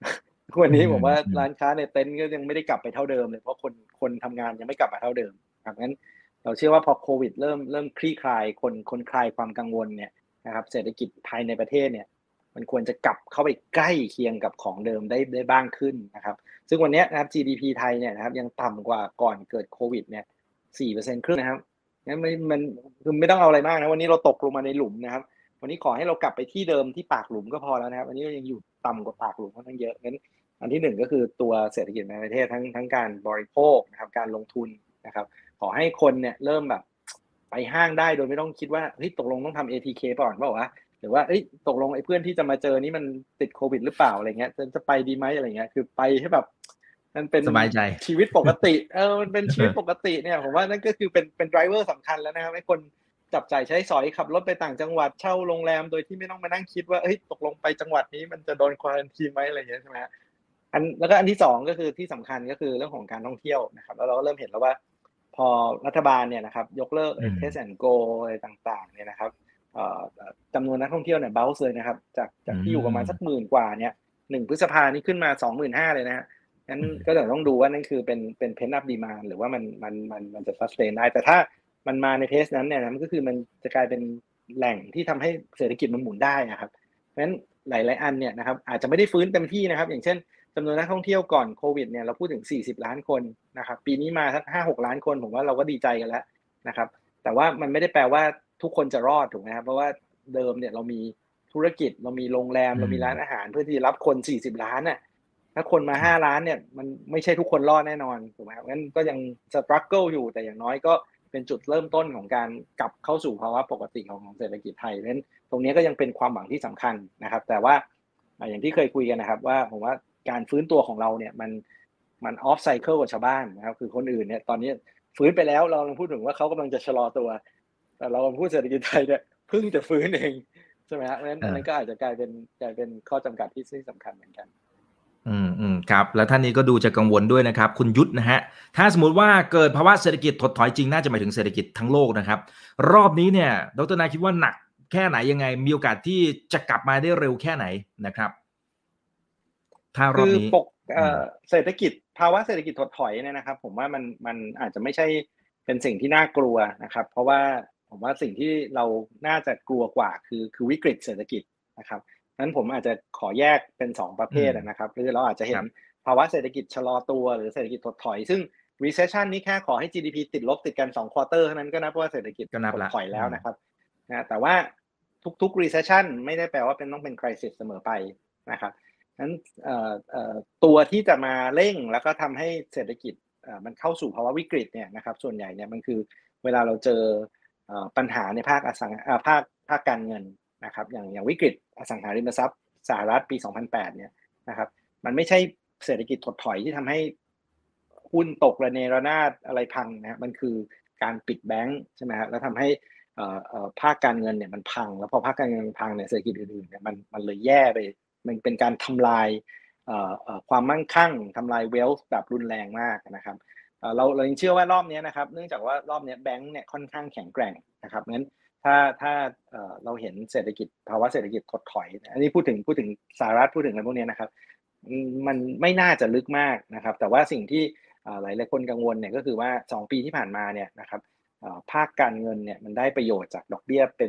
วันอืนี้ผมว่ามร้านค้าในเต็นท์ก็ยังไม่ได้กลับไปเท่าเดิมเลยเพราะคนทำงานยังไม่กลับมาเท่าเดิมครับงั้นเราเชื่อว่าพอโควิดเริ่มคลี่คลายคนคลายความกังวลเนี่ยนะครับเศรษฐกิจภายในประเทศเนี่ยมันควรจะกลับเข้าไปใกล้เคียงกับของเดิมได้บ้างขึ้นนะครับซึ่งวันนี้นะครับ GDP ไทยเนี่ยนะครับยังต่ำกว่าก่อนเกิดโควิดเนี่ย4%ครึ่งนะครับงั้นมันคือไม่ต้องเอาอะไรมากนะวันนี้เราตกลงมาในหลุมนะครับวันนี้ขอให้เรากลับไปที่เดิมที่ปากหลุมก็พอแล้วนะครับวันนี้เรายังอยู่ต่ำกว่าปากหลุมค่อนข้างเยอะงั้น อันที่หนึ่งก็คือตัวเศรษฐกิจในประเทศทั้งการบริโภคนะครับการลงทุนนะครับขอให้คนเนี่ยเริ่มแบบไปห้างได้โดยไม่ต้องคิดว่าเฮ้ยตกลงต้องทำ ATK ก่อนเปล่าวะหรือว่าเอ้ยตกลงไอ้เพื่อนที่จะมาเจอนี่มันติดโควิดหรือเปล่าอะไรเงี้ยจะไปดีไหมอะไรเงี้ยคือไปให้แบบมันเป็นสบายใจชีวิตปกติมันเป็นชีวิตปกติเนี่ยผมว่านั่นก็คือเป็น driver สำคัญแล้วนะครับให้คนจับจ่ายใช้สอยขับรถไปต่างจังหวัดเช่าโรงแรมโดยที่ไม่ต้องมานั่งคิดว่าเฮ้ยตกลงไปจังหวัดนี้มันจะโดนควอรันทีนไหมอะไรเงี้ยใช่ไหม แล้วก็อันที่สองก็คือที่สำคัญก็คือเรื่องของการท่องเที่ยวนะครับแล้วเราก็เริ่มเห็นแล้วว่าพอรัฐบาลเนี่ยนะครับยกเลิกอืม Test and Go อะไรต่างๆเนี่ยนะครับจำนวนนักท่องเที่ยวเนี่ย bounce เลยนะครับจากอืที่อยู่ประมาณมสักหมื่นกว่าเนี่ย1 พฤษภานี่ขึ้นมา 25,000เลยนะฮะงั้นอืมก็เดี๋ยวต้องดูว่านั่นคือเป็น pent up demand หรือว่ามันจะ sustain ได้แต่ถ้ามันมาในเพสนั้นเนี่ยนะมันก็คือมันจะกลายเป็นแหล่งที่ทำให้เศรษฐกิจมันหมุนได้นะครับเพราะฉะนั้นหลายๆอันเนี่ยนะครับอาจจะไม่ได้ฟื้นเต็มที่นะครับอย่างเช่น จำนวนนักท่องเที่ยวก่อนโควิดเนี่ยเราพูดถึง40 ล้านคนนะครับปีนี้มาสัก5-6 ล้านคนผมว่าเราก็ดีใจกันแล้วนะครับแต่ว่ามันไม่ได้แปลว่าทุกคนจะรอดถูกไหมครับเพราะว่าเดิมเนี่ยเรามีธุรกิจเรามีโรงแรมอืมเรามีร้านอาหารเพื่อที่จะรับคน40 ล้านน่ะถ้าคนมา5 ล้านเนี่ยมันไม่ใช่ทุกคนรอดแน่นอนถูกไหมครับงั้นก็ยัง struggle อยู่แต่อย่างน้อยก็เป็นจุดเริ่มต้นของการกลับเข้าสู่ภาวะปกติของเศรษฐกิจไทยเพราะฉะนั้นตรงนี้ก็ยังเป็นความหวังที่สำคัญนะครับแต่ว่าอย่างที่เคยคุยกันนะครับว่าผมว่า การฟื้นตัวของเราเนี่ยมันออฟไซเคิลกับชาวบ้านนะครับคือคนอื่นเนี่ยตอนนี้ฟื้นไปแล้วเรากำลังพูดถึงว่าเขากำลังจะชะลอตัวแต่เราพูดเศรษฐกิจไทยเนี่ยเพิ่งจะฟื้นเองใช่ไหมฮะเพราะฉะนั้นอันนั้นก็เอออาจจะกลายเป็นข้อจำกัดที่สำคัญเหมือนกันครับแล้วท่านนี้ก็ดูจะกังวลด้วยนะครับคุณยุทธนะฮะถ้าสมมติว่าเกิดภาวะเศรษฐกิจถดถอยจริงน่าจะหมายถึงเศรษฐกิจทั้งโลกนะครับรอบนี้เนี่ยดรนายคิดว่าหนักแค่ไหนยังไงมีโอกาสที่จะกลับมาได้เร็วแค่ไหนนะครับถ้ารคืออบนี้ปกอืมเศรษฐกิจภาวะเศรษฐกิจถดถอยเนี่ยนะครับผมว่ามันอาจจะไม่ใช่เป็นสิ่งที่น่ากลัวนะครับเพราะว่าผมว่าสิ่งที่เราน่าจะกลัวกว่าคือวิกฤตเศรษฐกิจนะครับนั้นผมอาจจะขอแยกเป็น2ประเภอืมทนะครับคือเราอาจจะคเห็นรับภาวะเศรษฐกิจชะลอตัวหรือเศรษฐกิจถดถอยซึ่ง recession นี่แค่ขอให้ GDP ติดลบติดกัน2ควอเตอร์เท่านั้นก็นับว่าเศรษฐกิจก็นับละถดถอยอืมแล้วนะครับนะแต่ว่าทุกๆ recession ไม่ได้แปลว่าต้องเป็น crisis เสมอไปนะครับ นั้นตัวที่จะมาเร่งแล้วก็ทำให้เศรษฐกิจมันเข้าสู่ภาวะวิกฤตเนี่ยนะครับส่วนใหญ่เนี่ยมันคือเวลาเราเจอปัญหาในภาคอสังภาคการเงินนะครับอย่างวิกฤตอสังหาริมทรัพย์สหรัฐปี2008เนี่ยนะครับมันไม่ใช่เศรษฐกิจถดถอยที่ทำให้หุ้นตกระเนระนาดอะไรพังนะมันคือการปิดแบงก์ใช่ไหมครับแล้วทำให้ภาคการเงินเนี่ยมันพังแล้วพอภาคการเงินมันพังเนี่ยเศรษฐกิจอื่นๆเนี่ยมันเลยแย่ไป มันเป็นการทำลายความมั่งคั่งทำลาย wealth แบบรุนแรงมากนะครับเรายังเชื่อว่ารอบนี้นะครับเนื่องจากว่ารอบนี้แบงก์เนี่ยค่อนข้างแข็งแกร่งนะครับงั้นถ้าเราเห็นเศรษฐกิจภาวะเศรษฐกิจถดถอยอันนี้พูดถึงสหรัฐพูดถึงอะไรพวกนี้นะครับมันไม่น่าจะลึกมากนะครับแต่ว่าสิ่งที่หลายคนกังวลเนี่ยก็คือว่า2 ปีที่ผ่านมาเนี่ยนะครับภาคการเงินเนี่ยมันได้ประโยชน์จากดอกเบี้ยเป็น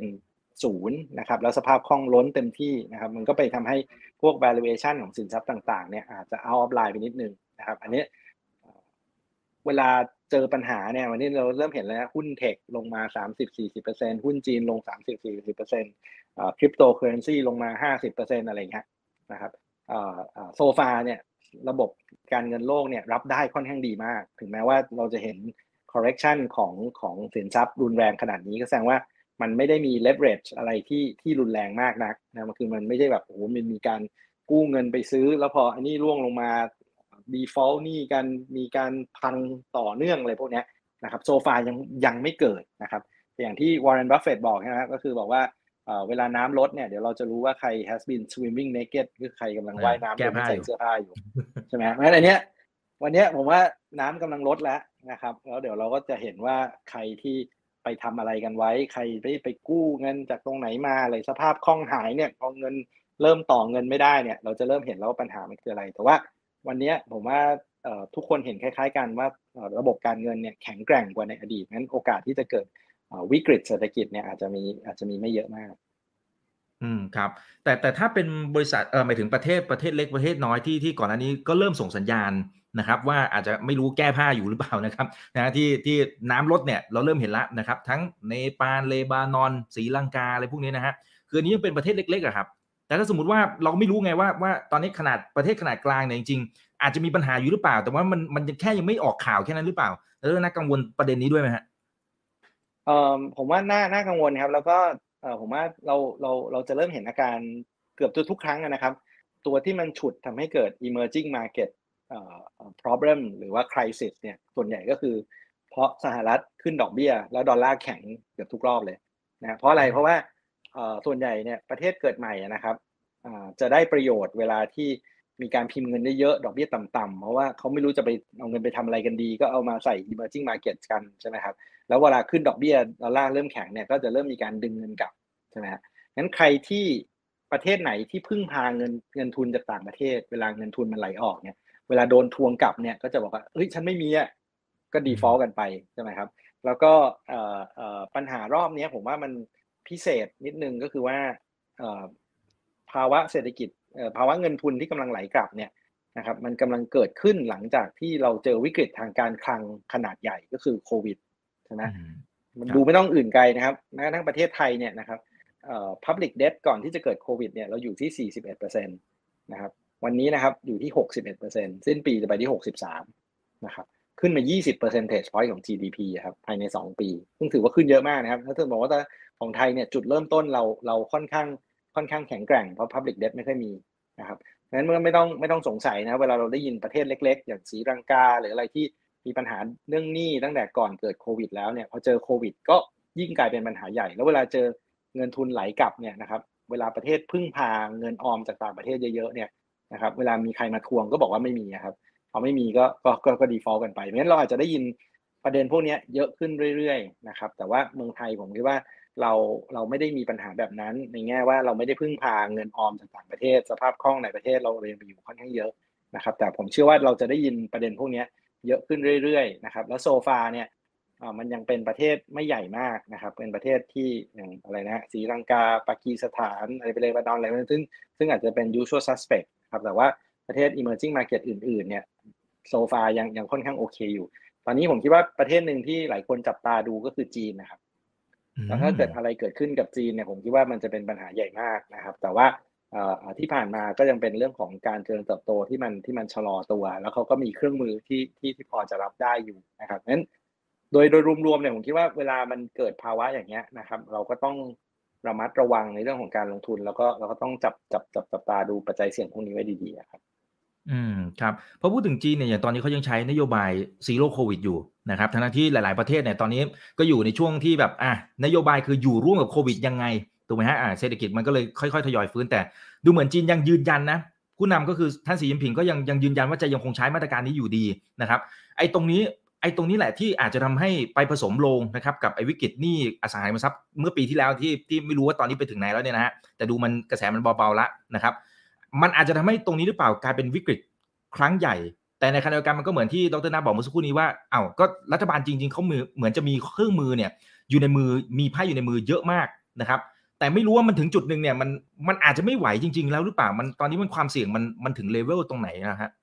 0นะครับแล้วสภาพคล่องล้นเต็มที่นะครับมันก็ไปทำให้พวก valuation ของสินทรัพย์ต่างๆเนี่ยอาจจะ out of line ไปนิดนึงนะครับอันนี้เวลาเจอปัญหาเนี่ยวันนี้เราเริ่มเห็นแล้วหุ้นเทคลงมา 30-40% หุ้นจีนลง 30-40%คริปโตเคอเรนซีลงมา 50% อะไรอย่างเงี้ยนะครับโซฟาเนี่ยระบบการเงินโลกเนี่ยรับได้ค่อนข้างดีมากถึงแม้ว่าเราจะเห็น correction ของสินทรัพย์รุนแรงขนาดนี้ก็แสดงว่ามันไม่ได้มี leverage อะไรที่รุนแรงมากนักนะมันคือมันไม่ใช่แบบโอ้โหมันมีการกู้เงินไปซื้อแล้วพออันนี้ร่วงลงมา default นี่กันมีการพังต่อเนื่องอะไรพวกนี้นะครับโซฟายังไม่เกิดนะครับอย่างที่ Warren Buffett บอกนะครับก็คือบอกว่าเวลาน้ำลดเนี่ยเดี๋ยวเราจะรู้ว่าใคร has been swimming naked คือใครกำลังว่ายน้ำโดยไม่ใส่แก้ผ้าอยู่เสื้อผ้าอยู่ใช่ไหมเพราะฉะนั้นอันเนี้ยวันนี้ผมว่าน้ำกำลังลดแล้วนะครับแล้วเดี๋ยวเราก็จะเห็นว่าใครที่ไปทำอะไรกันไว้ใครไปกู้เงินจากตรงไหนมาอะไรสภาพคล่องหายเนี่ยพอเงินเริ่มต่อเงินไม่ได้เนี่ยเราจะเริ่มเห็นแล้วว่าปัญหามันคืออะไรแต่ว่าวันนี้ผมว่าทุกคนเห็นคล้ายๆกันว่าระบบการเงินเนี่ยแข็งแกร่งกว่าในอดีตงั้นโอกาสที่จะเกิดวิกฤตเศรษฐกิจเนี่ยอาจจะมีไม่เยอะมากครับแต่ถ้าเป็นบริษัทหมายถึงประเทศเล็กประเทศน้อยที่ก่อนหน้านี้ก็เริ่มส่งสัญญาณนะครับว่าอาจจะไม่รู้แก้ผ้าอยู่หรือเปล่านะครับนะที่น้ำลดเนี่ยเราเริ่มเห็นแล้วนะครับทั้งเนปาลเลบานอนศรีลังกาอะไรพวกนี้นะครับคืออันนี้ยังเป็นประเทศเล็กๆอะครับแต่ถ้าสมมุติว่าเราไม่รู้ไงว่าตอนนี้ขนาดประเทศขนาดกลางเนี่ยจริงๆอาจจะมีปัญหาอยู่หรือเปล่าแต่ว่ามันแค่ยังไม่ออกข่าวแค่นั้นหรือเปล่าแล้วน่ากังวลประเด็นนี้ด้วยไหมครับผมว่าน่ากังวลครับแล้วก็ผมว่าเราจะเริ่มเห็นอาการเกือบทุกครั้งนะครับตัวที่มันฉุดทำให้เกิด emerging market problem หรือว่า crisis เนี่ยส่วนใหญ่ก็คือเพราะสหรัฐขึ้นดอกเบี้ยแล้วดอลลาร์แข็งเกือบทุกรอบเลยนะเพราะอะไรเพราะว่าส่วนใหญ่เนี่ยประเทศเกิดใหม่นะครับจะได้ประโยชน์เวลาที่มีการพิมพ์เงินเยอะๆดอกเบี้ยต่ำๆเพราะว่าเขาไม่รู้จะไปเอาเงินไปทำอะไรกันดีก็เอามาใส่ emerging market กันใช่ไหมครับ แล้วเวลาขึ้นดอกเบี้ยดอลลาร์เริ่มแข็งเนี่ยก็จะเริ่มมีการดึงเงินกลับใช่ไหมครับงั้นใครที่ประเทศไหนที่พึ่งพาเงินทุนจากต่างประเทศเวลาเงินทุนมันไหลออกเนี่ยเวลาโดนทวงกลับเนี่ยก็จะบอกว่าเฮ้ยฉันไม่มีอะก็อืม default กันไปใช่ไหมครับแล้วก็ปัญหารอบนี้ผมว่ามันพิเศษนิดนึงก็คือว่าเอ่อภาวะเศรษฐกิจภาวะเงินทุนที่กำลังไหลกลับเนี่ยนะครับมันกำลังเกิดขึ้นหลังจากที่เราเจอวิกฤตทางการคลังขนาดใหญ่ก็คือโควิด ใช่ไหมอืมมันครับดูไม่ต้องอื่นไกลนะครับแม้กระทั่งประเทศไทยเนี่ยนะครับpublic debt ก่อนที่จะเกิดโควิดเนี่ยเราอยู่ที่41%นต์นะครับวันนี้นะครับอยู่ที่61%สิ้นปีจะไปที่63นะครับขึ้นมา20 percentage point ของ GDP อะครับภายใน2ปีซึ่งถือว่าขึ้นเยอะมากนะครับถ้าเธอบอกว่าของไทยเนี่ยจุดเริ่มต้นเราค่อนข้างแข็งแกร่งเพราะ public debt ไม่ค่อยมีนะครับงั้นเมื่อไม่ต้องสงสัยนะเวลาเราได้ยินประเทศเล็กๆอย่างศรีลังกาหรืออะไรที่มีปัญหาเรื่องหนี้ตั้งแต่ก่อนเกิดโควิดแล้วเนี่ยพอเจอโควิดก็ยิ่งกลายเป็นปัญหาใหญ่แล้วเวลาเจอเงินทุนไหลกลับเนี่ยนะครับเวลาประเทศพึ่งพาเงินออมจากต่างประเทศเยอะๆเนี่ยนะครับเวลามีใครมาทวงก็บอกว่าไม่มีครับพอไม่มีก็ default กันไปเพราะฉะนั้นเราอาจจะได้ยินประเด็นพวกนี้เยอะขึ้นเรื่อยๆนะครับแต่ว่าเมืองไทยผมคิดว่าเราเราไม่ได้มีปัญหาแบบนั้นในแง่ว่าเราไม่ได้พึ่งพาเงินออมจากต่างประเทศสภาพคล่องในประเทศเรายังมีอยู่ค่อนข้างเยอะนะครับแต่ผมเชื่อว่าเราจะได้ยินประเด็นพวกนี้ เยอะขึ้นเรื่อยๆนะครับแล้วโซฟาเนี่ยมันยังเป็นประเทศไม่ใหญ่มากนะครับเป็นประเทศที่อย่างอะไรนะศรีลังกาปากีสถานอะไรไปเลยบาดอนอะไรซึ่งอาจจะเป็น usual suspect ครับแต่ว่าประเทศ emerging market อื่นๆเนี่ยโซฟายังค่อนข้างโอเคอยู่ตอนนี้ผมคิดว่าประเทศหนึ่งที่หลายคนจับตาดูก็คือจีนนะครับอืแล้วถ้ามเกิดอะไรเกิดขึ้นกับจีนเนี่ยผมคิดว่ามันจะเป็นปัญหาใหญ่มากนะครับแต่ว่าที่ผ่านมาก็ยังเป็นเรื่องของการเจริญเติบโตที่มันชะลอตัวแล้วเขาก็มีเครื่องมือที่พอจะรับได้อยู่นะครับงั้นโดยรวมๆเนี่ยผมคิดว่าเวลามันเกิดภาวะอย่างเงี้ยนะครับเราก็ต้องระมัดระวังในเรื่องของการลงทุนแล้วก็เราก็ต้องจับตาดูปัจจัยเสี่ยงพวกนี้ไว้ดีๆอะครับครับพอพูดถึงจีนเนี่ยอย่างตอนนี้เขายังใช้นโยบายซีโร่โควิดอยู่นะครับทั้งๆที่หลายๆประเทศเนี่ยตอนนี้ก็อยู่ในช่วงที่แบบนโยบายคืออยู่ร่วมกับโควิดยังไงถูกไหมฮะเศรษฐกิจมันก็เลยค่อยๆทยอยฟื้นแต่ดูเหมือนจีนยังยืนยันนะผู้นำก็คือท่านสีจิ้นผิงก็ยังยืนยันว่าจะยังคงใช้มาตรการนี้อยู่ดีนะครับไอ้ตรงนี้ไอ้ตรงนี้แหละที่อาจจะทำให้ไปผสมลงนะครับกับไอ้วิกฤตหนี้อสังหาริมทรัพย์เมื่อปีที่แล้วที่ไม่รู้ว่าตอนนี้ไปถึงไหนแล้วเนี่ยนะฮะแต่ดูมันกระแสมันเบาๆแล้วนะครับมันอาจจะทำให้ตรงนี้หรือเปล่ากลายเป็นวิกฤต ครั้งใหญ่แต่ในขณะเดียวกันมันก็เหมือนที่ดรนาบอกเมื่อสักครู่นี้ว่าอ้าวก็รัฐบาลจริงๆเขาเหมือนจะมีเครื่องมือเนี่ยอยู่ในมือมีไพ่อยู่ในมือเยอะมากนะครับแต่ไม่รู้ว่ามันถึงจุดหนึ่งเนี่ยมันอาจจะไม่ไหวจริงๆแล้วหรือเปล่ามันตอนนี้มันความเสี่ยงมันถึง level ตรงไหนอะครับ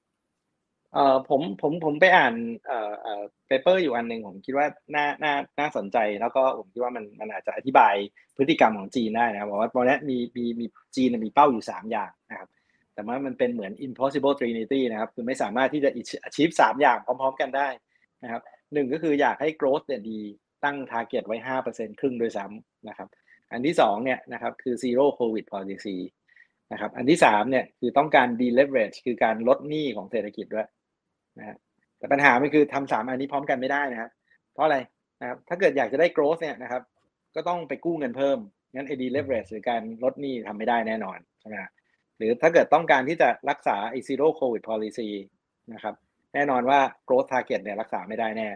ผมไปอ่านเปเปอร์อยู่อันหนึ่งผมคิดว่าน่าสนใจแล้วก็ผมคิดว่ามันอาจจะอธิบายพฤติกรรมของจีนได้นะบอกว่าตอนนี้มีจีนมีเป้าอยู่3อย่างนะครับแต่ว่ามันเป็นเหมือน impossible trinity นะครับคือไม่สามารถที่จะ achieve 3อย่างพร้อมๆกันได้นะครับหนึ่งก็คืออยากให้ growth เนี่ยดีตั้ง target ไว้5%ครึ่งด้วยซ้ำนะครับอันที่2เนี่ยนะครับคือ zero covid policy นะครับอันที่3เนี่ยคือต้องการ deleverage คือการลดหนี้ของเศรษฐกิจด้วย นะฮะแต่ปัญหามันคือทำ3อันนี้พร้อมกันไม่ได้นะครับเพราะอะไรนะครับถ้าเกิดอยากจะได้ growth เนี่ยนะครับก็ต้องไปกู้เงินเพิ่มงั้น deleverage หรือการลดหนี้ทำไม่ได้แน่นอนใช่ไหมครับหรือถ้าเกิดต้องการที่จะรักษาzero covid policy นะครับแน่นอนว่า growth target เนี่ยรักษาไม่ได้แน่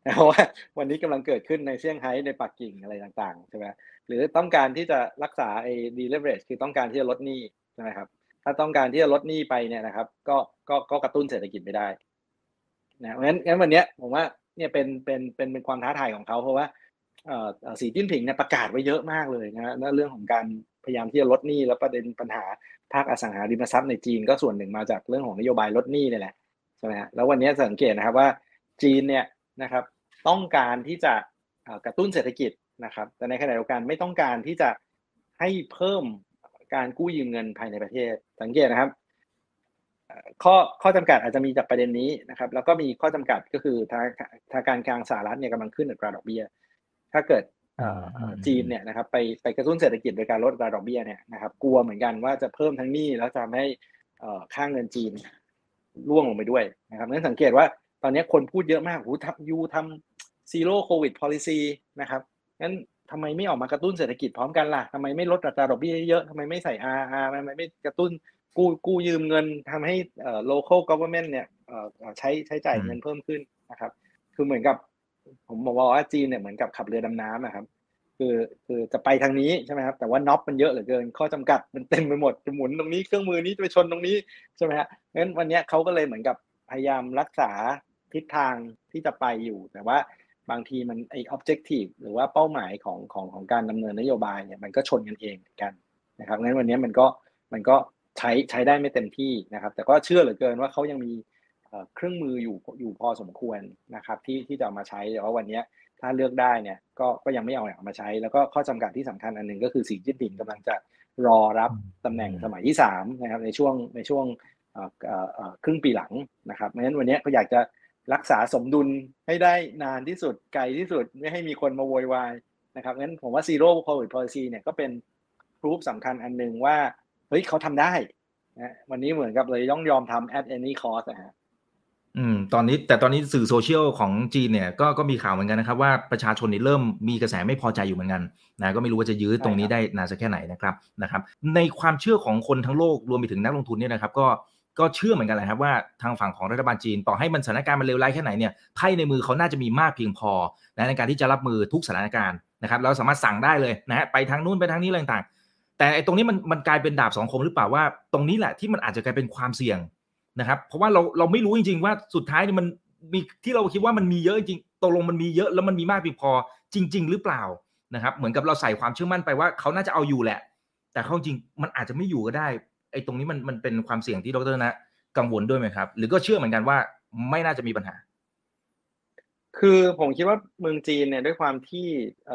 เพราะว่าวันนี้กำลังเกิดขึ้นในเซี่ยงไฮ้ในปักกิ่งอะไรต่างๆใช่ไหมหรือต้องการที่จะรักษาไอ้ deleverage คือต้องการที่จะลดหนี้ใช่ไหมครับถ้าต้องการที่จะลดหนี้ไปเนี่ยนะครับก็กระตุ้นเศรษฐกิจไม่ได้นะเพราะงั้นวันเนี้ยผมว่าเนี่ยเป็นความท้าทายของเขาเพราะว่าสีจิ้นผิงเนี่ยประกาศไว้เยอะมากเลยนะเรื่องของการพยายามที่จะลดหนี้แล้วประเด็นปัญหาภาคอสังหาริมทรัพย์ในจีนก็ส่วนหนึ่งมาจากเรื่องของนโยบายลดหนี้นี่แหละใช่ไหมฮะแล้ววันนี้สังเกตนะครับว่าจีนเนี่ยนะครับต้องการที่จะกระตุ้นเศรษฐกิจนะครับแต่ในขณะเดียวกันไม่ต้องการที่จะให้เพิ่มการกู้ยืมเงินภายในประเทศสังเกตนะครับข้อจำกัดอาจจะมีจากประเด็นนี้นะครับแล้วก็มีข้อจำกัดก็คือทางการกลางสหรัฐเนี่ยกำลังขึ้นอัตราดอกเบี้ยถ้าเกิดจีนเนี่ยนะครับไปกระตุ้นเศรษฐกิจโดยการลดอัตราดอกเบี้ยเนี่ยนะครับกลัวเหมือนกันว่าจะเพิ่มทั้งหนี้แล้วจะทำให้ค่าเงินจีนร่วงลงไปด้วยนะครับนั้นสังเกตว่าตอนนี้คนพูดเยอะมากยูทำ zero covid policy นะครับงั้นทำไมไม่ออกมากระตุ้นเศรษฐกิจพร้อมกันล่ะทำไมไม่ลดอัตราดอกเบี้ยเยอะทำไมไม่ใส่ RR ทำไมไม่กระตุ้นกู้ยืมเงินทำให้local government เนี่ยใช้จ่ายเงินเพิ่มขึ้นนะครับคือเหมือนกับผมบอกว่าจีนเนี่ยเหมือนกับขับเรือดำน้ำนะครับคือจะไปทางนี้ใช่ไหมครับแต่ว่าน็อปมันเยอะเหลือเกินข้อจำกัดมันเต็มไปหมดจะหมุนตรงนี้เครื่องมือนี้จะไปชนตรงนี้ใช่ไหมฮะงั้นวันนี้เขาก็เลยเหมือนกับพยายามรักษาทิศทางที่จะไปอยู่แต่ว่าบางทีมันไอ้ objective หรือว่าเป้าหมายของการดำเนินนโยบายเนี่ยมันก็ชนกันเองเหมือนกันนะครับงั้นวันนี้มันก็ใช้ได้ไม่เต็มที่นะครับแต่ก็เชื่อเหลือเกินว่าเขายังมีเครื่องมืออยู่พอสมควรนะครับที่จะเอามาใช้แต่ว่าวันนี้ถ้าเลือกได้เนี่ยก็ยังไม่เอามาใช้แล้วก็ข้อจำกัดที่สำคัญอันหนึ่งก็คือสีจิ้นผิงกำลังจะรอรับตำแหน่งสมัยที่3นะครับในช่วงครึ่งปีหลังนะครับเพราะฉะนั้นวันนี้ก็อยากจะรักษาสมดุลให้ได้นานที่สุดไกลที่สุดไม่ให้มีคนมาโวยวายนะครับงั้นผมว่า zero covid policy เนี่ยก็เป็นพรูฟสำคัญอันหนึ่งว่าเฮ้ยเขาทำได้นะวันนี้เหมือนกับเลยต้องยอมทำ at any cost นะฮะตอนนี้สื่อโซเชียลของจีนเนี่ยก็มีข่าวเหมือนกันนะครับว่าประชาชนนี่เริ่มมีกระแสไม่พอใจอยู่เหมือนกันนะก็ไม่รู้ว่าจะยื้อตรงนี้ได้นานสักแค่ไหนนะครับในความเชื่อของคนทั้งโลกรวมไปถึงนักลงทุนเนี่ยนะครับก็เชื่อเหมือนกันแหละครับว่าทางฝั่งของรัฐบาลจีนต่อให้มันสถานการณ์มันเลวร้ายแค่ไหนเนี่ยไพ่ในมือเขาน่าจะมีมากเพียงพอนะในการที่จะรับมือทุกสถานการณ์นะครับแล้วสามารถสั่งได้เลยนะฮะไปทางนู้นไปทางนี้อะไรต่างๆแต่ไอ้ตรงนี้มันกลายเป็นดาบสองคมหรือเปล่าว่าตรงนี้แหละที่มันอาจจะกลายเป็นความเสี่ยง นะครับเพราะว่าเราไม่รู้จริงๆว่าสุดท้ายเนี่ยมันมีที่เราคิดว่ามันมีเยอะจริงตกลงมันมีเยอะแล้วมันมีมากเพียงพอจริงๆหรือเปล่านะครับเหมือนกับเราใส่ความเชื่อมั่นไปว่าเขาน่าจะเอาอยู่แหละแต่เข้าจริงมันอาจจะไม่อยู่ก็ได้ไอ้ตรงนี้มันเป็นความเสี่ยงที่ดร.นะกังวลด้วยไหมครับหรือก็เชื่อเหมือนกันว่าไม่น่าจะมีปัญหาคือผมคิดว่าเมืองจีนเนี่ยด้วยความที่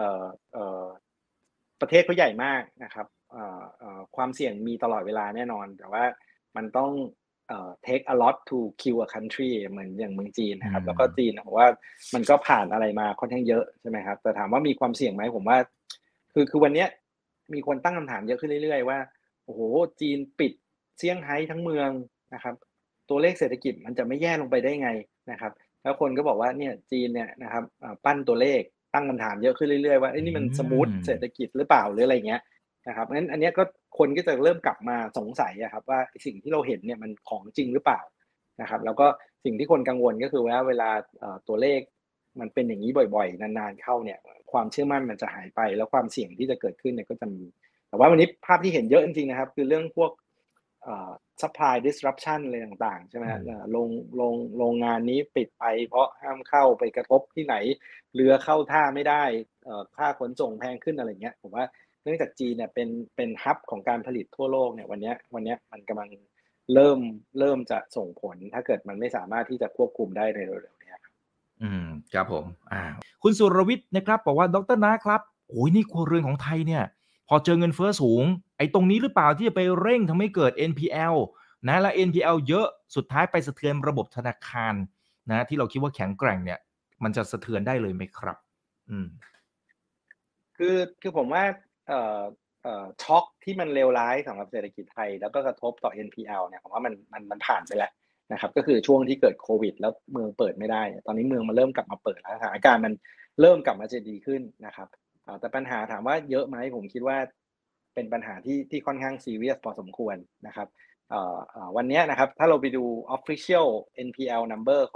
ประเทศเขาใหญ่มากนะครับความเสี่ยงมีตลอดเวลาแน่นอนแต่ว่ามันต้องtake a lot to kill a country เหมือนอย่างเมืองจีนอืนะครับแล้วก็จีนมผมว่ามันก็ผ่านอะไรมาค่อนข้างเยอะใช่ไหมครับแต่ถามว่ามีความเสี่ยงไหมผมว่าคือวันเนี้ยมีคนตั้งคำถามเยอะขึ้นเรื่อยๆว่าโอ้โหจีนปิดเซี่ยงไฮ้ทั้งเมืองนะครับตัวเลขเศรษฐกิจมันจะไม่แย่ลงไปได้ไงนะครับแล้วคนก็บอกว่าเนี่ยจีนเนี่ยนะครับปั้นตัวเลขตั้งคำถามเยอะขึ้นเรื่อยๆว่านี่มันสมูทเศรษฐกิจหรือเปล่าหรืออะไรเงี้ย นะครับงั้นอันนี้ก็คนก็จะเริ่มกลับมาสงสัยอะครับว่าสิ่งที่เราเห็นเนี่ยมันของจริงหรือเปล่านะครับแล้วก็สิ่งที่คนกังวลก็คือว่าเวลาตัวเลขมันเป็นอย่างนี้บ่อยๆนานๆเข้าเนี่ยความเชื่อมั่นมันจะหายไปแล้วความเสี่ยงที่จะเกิดขึ้นเนี่ยก็จะมีแต่ว่าวันนี้ภาพที่เห็นเยอะจริงๆนะครับคือเรื่องพวกsupply disruption อะไรต่างๆใช่ไหมฮะโรงงานนี้ปิดไปเพราะห้ามเข้าไปกระทบที่ไหนเรือเข้าท่าไม่ได้ค่าขนส่งแพงขึ้นอะไรเงี้ยผมว่า เนื่องจากจีนเนี่ยเป็นฮับของการผลิตทั่วโลกเนี่ยวันนี้มันกำลังเริ่มจะส่งผลถ้าเกิดมันไม่สามารถที่จะควบคุมได้ในเร็วๆนี้ครับครับผมคุณสุรวิทย์นะครับบอกว่าดรนะครับโอ้ยนี่ครัวเรือนของไทยเนี่ยพอเจอเงินเฟ้อสูงไอ้ตรงนี้หรือเปล่าที่จะไปเร่งทำให้เกิด NPL นะและ NPL เยอะสุดท้ายไปสะเทือนระบบธนาคารนะที่เราคิดว่าแข็งแกร่งเนี่ยมันจะสะเทือนได้เลยไหมครับอืมคือผมว่าเอ่อช็อกที่มันเลวร้ายสำหรับเศรษฐกิจไทยแล้วก็กระทบต่อ NPL เนี่ยผมว่ามันผ่านไปแล้วนะครับก็คือช่วงที่เกิดโควิดแล้วเมืองเปิดไม่ได้ตอนนี้เมืองมันเริ่มกลับมาเปิดแล้วสถานการณ์มันเริ่มกลับมาจะดีขึ้นนะครับแต่ปัญหาถามว่าเยอะไหมผมคิดว่าเป็นปัญหาที่ค่อนข้างซีเรียสพอสมควรนะครับวันนี้นะครับถ้าเราไปดู official NPL number ของ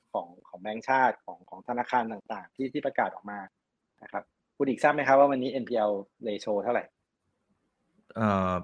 ของแบงก์ชาติของธนาคารต่างๆที่ประกาศออกมานะครับคุณอีกทราบไหมครับว่าวันนี้ NPL ratio เท่าไหร่เอ่อ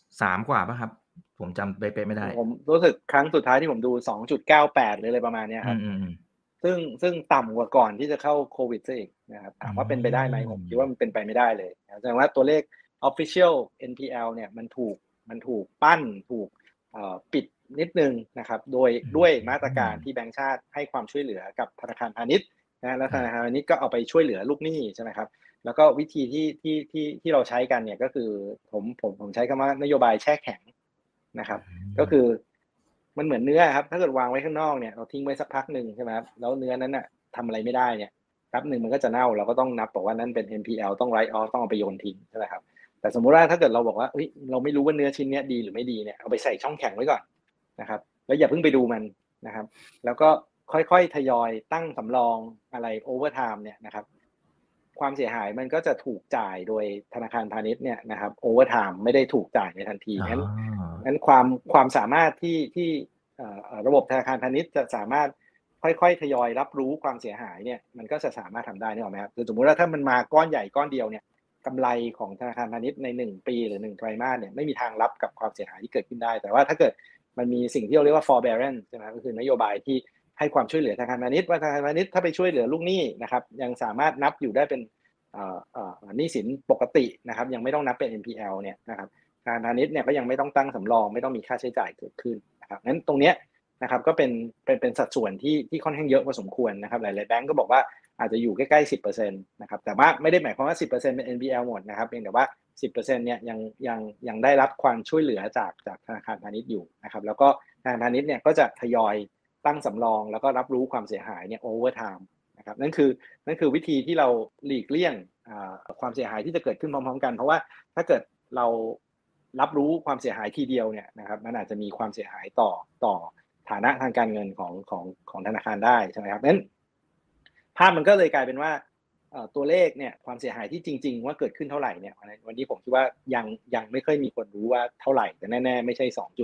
3กว่าป่ะครับผมจำเป๊ะๆไม่ได้ผมรู้สึกครั้งสุดท้ายที่ผมดู 2.98 หรืออะไรประมาณเนี้ยอืครับมๆซึ่งต่ำกว่าก่อนที่จะเข้าโควิดซะอีกนะครับๆอืถามว่าเป็นไปได้ไหมผมคิดว่ามันมเป็นไปไม่ได้เลยแสดงว่าตัวเลข official NPL เนี่ยมันถูกปั้นถูกปิดนิดหนึ่งนะครับด้วยมาตรการที่แบงก์ชาติให้ความช่วยเหลือกับธนาคารพาณิชย์นะแล้วธนาคารพาณิชย์ก็เอาไปช่วยเหลือลูกหนี้ใช่ไหมครับแล้วก็วิธีที่เราใช้กันเนี่ยก็คือผมใช้คำว่านโยบายแช่แข็งนะครับก็คือมันเหมือนเนื้อครับถ้าเกิดวางไว้ข้างนอกเนี่ยเราทิ้งไว้สักพักหนึ่งใช่ไหมครับแล้วเนื้อนั้นน่ะทำอะไรไม่ได้เนี่ยแป๊บหนึ่งมันก็จะเน่าเราก็ต้องนับบอกว่านั่นเป็น NPL ต้อง write off ต้องเอาไปโยนทิ้งใช่ไหมครับแต่สมมุติว่าถ้าเกิดเราบอกว่าเฮ้ยเราไม่รู้ว่าเนื้อชิ้นเนี้ยดีหรือไม่ดีเนี่ยเอาไปใส่ช่องแข็งไว้ก่อนนะครับแล้วอย่าเพิ่งไปดูมันนะครับแล้วก็ค่อยๆทยอยตั้งสำรองอะไร over time เนี่ยนะครับความเสียหายมันก็จะถูกจ่ายโดยธนาคารพาณิชย์เนี่ยนะครับ over time ไม่ได้ถูกจ่ายในทันทีอ๋งั้นอความสามารถที่ระบบธนาคารพาณิชย์จะสามารถค่อยๆทยอยรับรู้ความเสียหายเนี่ยมันก็จะสามารถทำได้นึกออกไหมครับคือสมมุติว่าถ้ามันมาก้อนใหญ่ก้อนเดียวเนี่ยกำไรของธนาคารพาณิชย์ใน1ปีหรือ1ไตรมาสเนี่ยไม่มีทางรับกับความเสียหายที่เกิดขึ้นได้แต่ว่าถ้าเกิดมันมีสิ่งที่เราเรียกว่า forbearance ใช่ไหมก็คือนโยบายที่ให้ความช่วยเหลือธนาคารพาณิชย์ว่าธนาคารพาณิชย์ถ้าไปช่วยเหลือลูกหนี้นะครับยังสามารถนับอยู่ได้เป็นหนี้สินปกตินะครับยังไม่ต้องนับเป็น NPL เนี่ยนะครับธนาคารพาณิชย์เนี่ยก็ยังไม่ต้องตั้งสำรองไม่ต้องมีค่าใช้จ่ายเกิดขึ้นนะครับงั้นตรงเนี้ยนะครับก็เป็นสัดส่วนที่ค่อนข้างเยอะพอสมควรนะครับหลายๆแบงก์ก็บอกว่าอาจจะอยู่ใกล้ๆ 10%นะครับแต่ว่าไม่ได้หมายความว่า 10%เป็น NPL หมดนะครับเพียงแต่ว่า 10%เนี่ยยังได้รับความช่วยเหลือจากธนาคารพาณิชย์อยู่นะครับแล้วก็ธนาคารพาณิชย์เนี่ยก็จะทยอยตั้งสำรองแล้วก็รับรู้ความเสียหายเนี่ย over time นะครับนั่นคือวิธีที่เราหลีกเลี่ยงความเสียหายที่จะเกิดขึ้นพร้อมๆกันเพราะว่าถ้าเกิดเรารับรู้ความเสียหายทีเดียวเนี่ยนะครับมันอาจจะมีความเสียหายต่อฐานะทางการเงินของธนาคารได้ใช่ไหมครับนั้นภาพมันก็เลยกลายเป็นว่าตัวเลขเนี่ยความเสียหายที่จริงๆว่าเกิดขึ้นเท่าไหร่เนี่ยวันนี้ผมคิดว่ายังไม่ค่อยมีคนรู้ว่าเท่าไหร่แต่แน่ๆไม่ใช่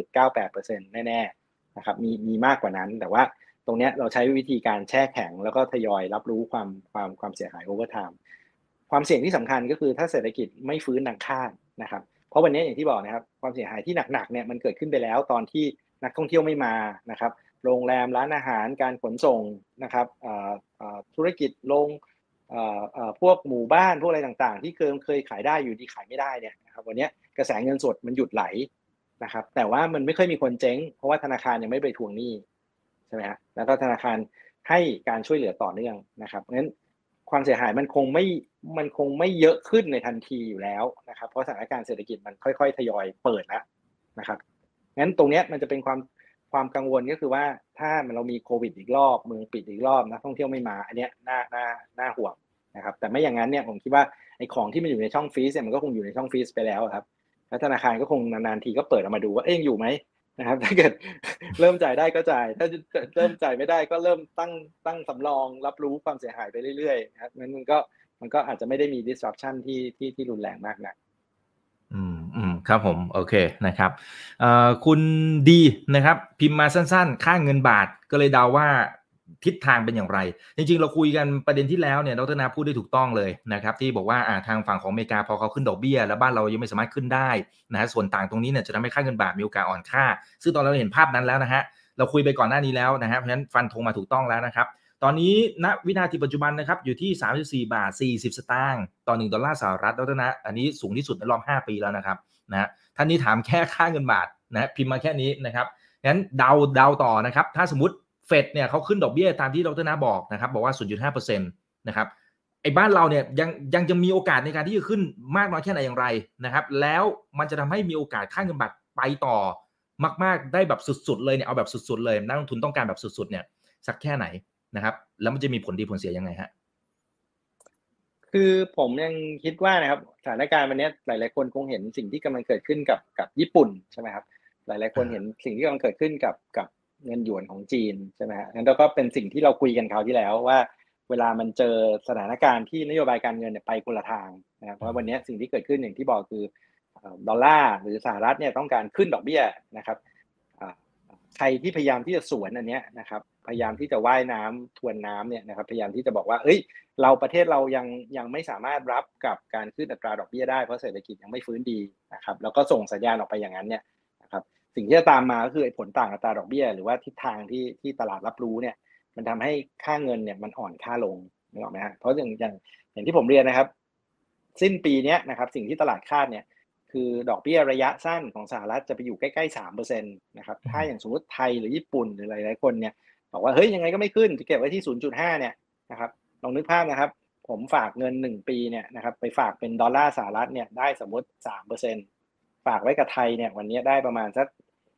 2.98% แน่ๆนะครับมีมากกว่านั้นแต่ว่าตรงนี้เราใช้วิธีการแช่แข็งแล้วก็ทยอยรับรู้ความเสียหาย over time ความเสี่ยงที่สำคัญก็คือถ้าเศรษฐกิจไม่ฟื้นดังคาดนะครับเพราะวันนี้อย่างที่บอกนะครับความเสียหายที่หนักๆเนี่ยมันเกิดขึ้นไปแล้วตอนที่นักท่องเที่ยวไม่มานะครับโรงแรมร้านอาหารการขนส่งนะครับธุรกิจพวกหมู่บ้านพวกอะไรต่างๆที่เคยขายได้อยู่ดีขายไม่ได้เนี่ยนะครับวันนี้กระแสเงินสดมันหยุดไหลนะครับแต่ว่ามันไม่ค่อยมีคนเจ๊งเพราะว่าธนาคารยังไม่ไปทวงหนี้ใช่ไหมฮะแล้วก็ธนาคารให้การช่วยเหลือต่อเนื่องนะครับงั้นความเสียหายมันคงไม่เยอะขึ้นในทันทีอยู่แล้วนะครับเพราะสถานการณ์เศรษฐกิจมันค่อยๆทยอยเปิดแล้วนะครับงั้นตรงนี้มันจะเป็นความกังวลก็คือว่าถ้าเรามีโควิดอีกรอบเมืองปิดอีกรอบนักท่องเที่ยวไม่มาอันเนี้ยน่าห่วงนะครับแต่ไม่อย่างนั้นเนี่ยผมคิดว่าไอ้ของที่มันอยู่ในช่องฟรีซเนี่ยมันก็คงอยู่ในช่องฟรีซไปแล้วครับแล้วธนาคารก็คงนานๆทีก็เปิดออกมาดูว่ายังอยู่ไหมนะครับถ้าเกิดเริ่มจ่ายได้ก็จ่ายถ้าเริ่มจ่ายไม่ได้ก็เริ่มตั้งสำรองรับรู้ความเสียหายไปเรื่อยๆนะครับงั้นมันก็อาจจะไม่ได้มี disruption ที่รุนแรงมากนักครับผมโอเคนะครับคุณดีนะครับพิมพ์มาสั้นๆค่าเงินบาทก็เลยเดาว่าทิศทางเป็นอย่างไรจริงๆเราคุยกันประเด็นที่แล้วเนี่ยดรนาพูดได้ถูกต้องเลยนะครับที่บอกว่าทางฝั่งของอเมริกาพอเขาขึ้นดอกเบี้ยแล้วบ้านเรายังไม่สามารถขึ้นได้นะฮะส่วนต่างตรงนี้เนี่ยจะทำให้ค่าเงินบาทมีโอกาสอ่อนค่าซึ่งตอนเราเห็นภาพนั้นแล้วนะฮะเราคุยไปก่อนหน้านี้แล้วนะฮะเพราะฉะนั้นฟันธงมาถูกต้องแล้วนะครับตอนนี้ณวินาทีปัจจุบันนะครับอยู่ที่34บาท40สตางค์ต่อ$1สหรัฐดรนะอันนี้สูงที่สุดในรอบ5ปีแล้วนะครับนะท่านนี้ถามแค่ค่าเงินบาทนะพิมพ์มาแค่นี้นะครับงั้นเดาต่อนะครับถ้าสมมติเฟดเนี่ยเขาขึ้นดอกเบี้ยตามที่ดรนะบอกนะครับบอกว่า 0.5% นะครับไอ้บ้านเราเนี่ยยังจะมีโอกาสในการที่จะขึ้นมากน้อยแค่ไหนอย่างไรนะครับแล้วมันจะทำให้มีโอกาสค่าเงินบาทไปต่อมากๆได้แบบสุดๆเลยเนี่ยเอาแบบสุดๆเลยนักลงทุนต้องการแบบสุดๆเนี่ยสักแค่ไหนนะครับแล้วมันจะมีผลดีผลเสียยังไงฮะคือผมยังคิดว่านะครับสถานการณ์วันนี้หลายๆคนคงเห็นสิ่งที่กำลังเกิดขึ้นกับญี่ปุ่นใช่ไหมครับหลายๆคนเห็นสิ่งที่กำลังเกิดขึ้นกับเงินหยวนของจีนใช่ไหมฮะงั้นก็เป็นสิ่งที่เราคุยกันคราวที่แล้วว่าเวลามันเจอสถานการณ์ที่นโยบายการเงินเนี่ยไปคนละทางนะครับเพราะวันนี้สิ่งที่เกิดขึ้นอย่างที่บอกคือดอลลาร์หรือสหรัฐเนี่ยต้องการขึ้นดอกเบี้ยนะครับใครที่พยายามที่จะสวนอันเนี้ยนะครับพยายามที่จะว่ายน้ำทวนน้ำเนี่ยนะครับพยายามที่จะบอกว่าเอ้ยเราประเทศเรายังไม่สามารถรับกับการขึ้นอัตราดอกเบี้ยได้เพราะเศรษฐกิจยังไม่ฟื้นดีนะครับแล้วก็ส่งสัญญาณออกไปอย่างนั้นเนี่ยนะครับสิ่งที่จะตามมาก็คือผลต่างอัตราดอกเบี้ยหรือว่าทิศทางที่ตลาดรับรู้เนี่ยมันทำให้ค่าเงินเนี่ยมันอ่อนค่าลงนึกออกไหมฮะเพราะอย่างที่ผมเรียนนะครับสิ้นปีนี้นะครับสิ่งที่ตลาดคาดเนี่ยคือดอกเบี้ยระยะสั้นของสหรัฐจะไปอยู่ใกล้ๆ 3% นะครับถ้าอย่างสมมติไทยหรือญี่ปุ่นหรือหลายๆคนเนี่ยบอกว่าเฮ้ยยังไงก็ไม่ขึ้นจะเก็บไว้ที่ 0.5 เนี่ยนะครับลองนึกภาพนะครับผมฝากเงิน1ปีเนี่ยนะครับไปฝากเป็นดอลลาร์สหรัฐเนี่ยได้สมมติ 3% ฝากไว้กับไทยเนี่ยวันนี้ได้ประมาณสัก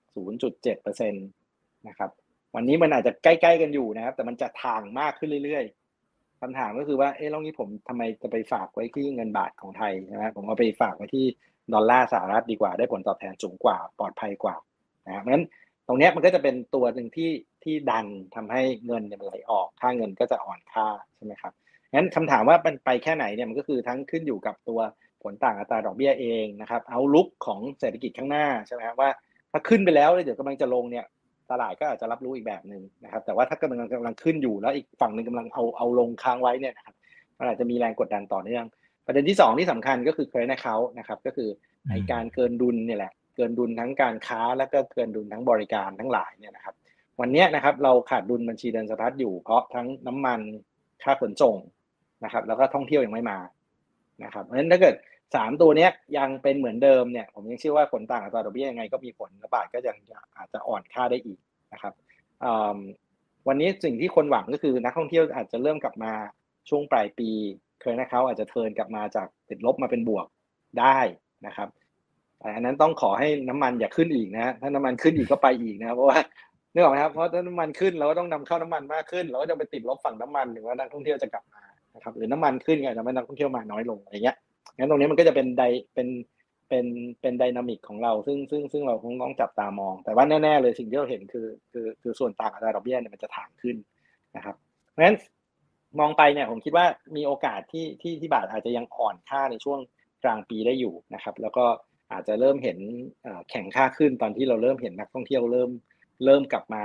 0.7% นะครับวันนี้มันอาจจะใกล้ๆกันอยู่นะครับแต่มันจะถ่างมากขึ้นเรื่อยๆคำถามก็คือว่าแล้วนี้ผมทำไมจะไปฝากไว้ที่เงินบาทของไทยนะผมเอาไปฝากไว้ที่ดอลลาร์สหรัฐดีกว่าได้ผลตอบแทนสูงกว่าปลอดภัยกว่านะครับเพราะฉะนั้นตรงนี้มันก็จะเป็นตัวหนึ่งที่ดันทำให้เงินเนี่ยมันไหลออกค่าเงินก็จะอ่อนค่าใช่ไหมครับงั้นคำถามว่ามันไปแค่ไหนเนี่ยมันก็คือทั้งขึ้นอยู่กับตัวผลต่างอัตราดอกเบี้ยเองนะครับเอาลุกของเศรษฐกิจข้างหน้าใช่ไหมครับว่าถ้าขึ้นไปแล้วเดี๋ยวกำลังจะลงเนี่ยตลาดก็อาจจะรับรู้อีกแบบหนึ่งนะครับแต่ว่าถ้ากำลังขึ้นอยู่แล้วอีกฝั่งหนึ่งกำลังเอาลงค้างไว้เนี่ยนะครับมันอาจจะมีแรงกดดันต่อเนื่องประเด็นที่2ที่สำคัญก็คือ current account นะครับก็คือไอการเกินดุลเนี่ยแหละเกินดุลทั้งการค้าแล้วก็เกินดุลทั้งบริการทั้งหลายเนี่ยนะครับวันนี้นะครับเราขาดดุลบัญชีเดินสะพัดอยู่เพราะทั้งน้ำมันค่าขนส่งนะครับแล้วก็ท่องเที่ยวยังไม่มานะครับเพราะฉะนั้นถ้าเกิด3ตัวนี้ยังเป็นเหมือนเดิมเนี่ยผมยังเชื่อว่าผลต่างอัตราดอกเบี้ยยังไงก็มีผลและบาทก็ยังอาจจะอ่อนค่าได้อีกนะครับวันนี้สิ่งที่คนหวังก็คือนักท่องเที่ยวอาจจะเริ่มกลับมาช่วงปลายปีเคยนะเขาอาจจะเทิร์นกลับมาจากติดลบมาเป็นบวกได้นะครับแต่อันนั้นต้องขอให้น้ำมันอย่าขึ้นอีกนะถ้าน้ำมันขึ้นอีกก็ไปอีกนะเพราะว่านึกออกไหมครับเพราะถ้าน้ำมันขึ้นเราก็ต้องนำเข้าน้ำมันมากขึ้นเราก็จะไปติดลบฝั่งน้ำมันหรือว่านักท่องเที่ยวจะกลับมานะครับหรือน้ำมันขึ้นก็จะไม่นักท่องเที่ยวมาน้อยลงอะไรเงี้ยงั้นตรงนี้มันก็จะเป็นเป็นไดนามิกของเราซึ่งเราคงต้องจับตามองแต่ว่าแน่ๆเลยสิ่งที่เราเห็นคือส่วนต่างอัตราดอกเบี้ยเนี่ยมันจะถ่างขึ้นนะครับเพราะฉะนั้นมองไปเนี่ยผมคิดว่ามีโอกาสที่บาทอาจจะยังอ่อนค่าในช่วงกลางปีได้อยู่นะครับแล้วก็อาจจะเริ่มเห็นแข่งค่าขึ้นตอนที่เราเริ่มเห็นนักท่องเที่ยวเริ่มกลับมา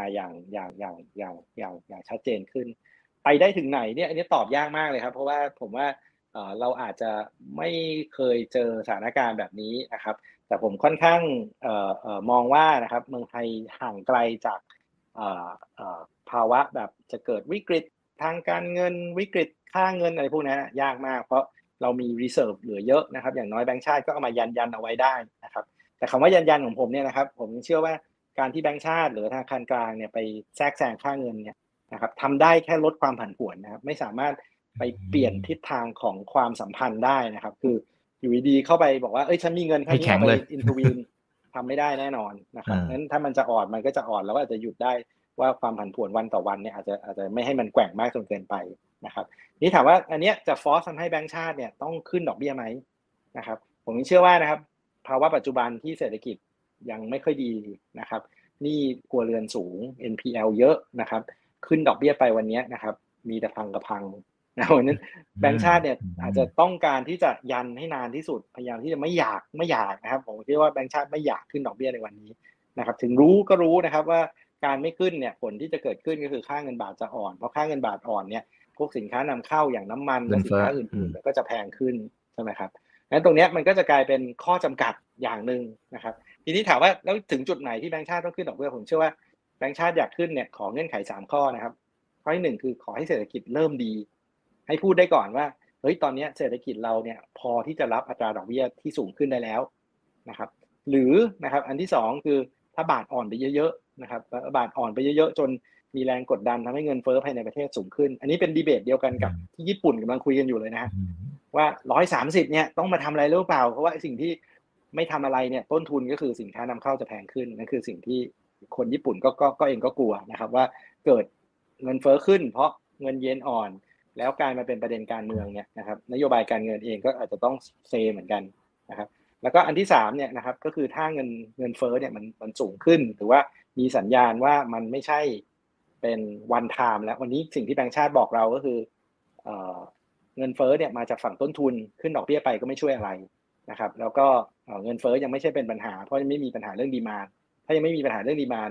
อย่างชัดเจนขึ้นไปได้ถึงไหนเนี่ยอันนี้ตอบยากมากเลยครับเพราะว่าผมว่าเราอาจจะไม่เคยเจอสถานการณ์แบบนี้นะครับแต่ผมค่อนข้างมองว่านะครับเมืองไทยห่างไกลจากภาวะแบบจะเกิดวิกฤตทางการเงินวิกฤตค่าเงินอะไรพวกนี้ยากมากเพราะเรามี reserve เหลือเยอะนะครับอย่างน้อยแบงก์ชาติก็เอามายันเอาไว้ได้นะครับแต่คำว่ายันของผมเนี่ยนะครับผมเชื่อว่าการที่แบงก์ชาติหรือธนาคารกลางเนี่ยไปแทรกแซงค่าเงินเนี่ยนะครับทำได้แค่ลดความผันผวนนะครับไม่สามารถไปเปลี่ยนทิศทางของความสัมพันธ์ได้นะครับคืออยู่ดีๆเข้าไปบอกว่าเอ้ยฉันมีเงินแค่นี้เอาไปอินทวีนทำไม่ได้แน่นอนนะครับงั้นถ้ามันจะอ่อนมันก็จะอ่อนแล้วก็อาจจะหยุดได้ว่าความผันผวนวันต่อวันเนี่ยอาจจะไม่ให้มันแกว่งมากจนเกินไปนะครับนี่ถามว่าอันเนี้ยจะฟอร์สทำให้แบงก์ชาติเนี่ยต้องขึ้นดอกเบี้ยไหมนะครับผมเชื่อว่านะครับภาวะปัจจุบันที่เศรษฐกิจยังไม่ค่อยดีนะครับหนี้ครัวเรือนสูง NPL เยอะนะครับขึ้นดอกเบี้ยไปวันนี้นะครับมีแต่พังกับพังนะวันนั้นแบงก์ชาติเนี่ยอาจจะต้องการที่จะยันให้นานที่สุดพยายามที่จะไม่อยากนะครับผมคิดว่าแบงก์ชาติไม่อยากขึ้นดอกเบี้ยในวันนี้นะครับถึงรู้นะครับว่าการไม่ขึ้นเนี่ยผลที่จะเกิดขึ้นก็คือค่าเงินบาทจะอ่อนเพราะค่าเงินบาทอ่อนเนี่ยพวกสินค้านำเข้าอย่างน้ำมันและสินค้าอื่นๆก็จะแพงขึ้นใช่ไหมครับงั้นตรงนี้มันก็จะกลายเป็นข้อจำกัดอย่างหนึ่งนะครับทีนี้ถามว่าแล้วถึงจุดไหนที่แบงก์ชาติต้องขึ้นดอกเบี้ยผมเชื่อว่าแบงก์ชาติอยากขึ้นเนี่ยขอเงื่อนไข3ข้อนะครับข้อที่1คือขอให้เศรษฐกิจเริ่มดีให้พูดได้ก่อนว่าเฮ้ยตอนนี้เศรษฐกิจเราเนี่ยพอที่จะรับอัตราดอกเบี้ยที่สูงขึ้นได้แล้วนะครับหรือนะครับอันที่2คือถ้าบาทอ่อนไปเยอะๆนะครับบาทอ่อนไปเยอะๆจนมีแรงกดดันทำให้เงินเฟ้อภายในประเทศสูงขึ้นอันนี้เป็นดีเบตเดียวกันกับที่ญี่ปุ่นกำลังคุยกันอยู่เลยนะว่า130เนี่ยต้องมาทำอะไรหรือเปล่าเพราะว่าสิ่งที่ไม่ทำอะไรเนี่ยต้นทุนก็คือสินค้านำเข้าจะแพงขึ้นนั่นคือสิ่งที่คนญี่ปุ่นก็เองก็กลัวนะครับว่าเกิดเงินเฟ้อขึ้นเพราะเงินเยนอ่อนแล้วกลายมาเป็นประเด็นการเมืองเนี่ยนะครับนโยบายการเงินเองก็อาจจะต้องเซเหมือนกันนะครับแล้วก็อันที่3เนี่ยนะครับก็คือถ้าเงินเฟ้อเนี่ยมันสูงขึ้นหรือว่ามีสัญญาณว่ามันไม่ใช่เป็น one time แล้ววันนี้สิ่งที่แบงก์ชาติบอกเราก็คือเงินเฟ้อเนี่ยมาจากฝั่งต้นทุนขึ้นดอกเบี้ยไปก็ไม่ช่วยอะไรนะครับแล้วก็เงินเฟ้อยังไม่ใช่เป็นปัญหาเพราะยังไม่มีปัญหาเรื่องดีมานด์ถ้ายังไม่มีปัญหาเรื่องดีมานด์เนี่ย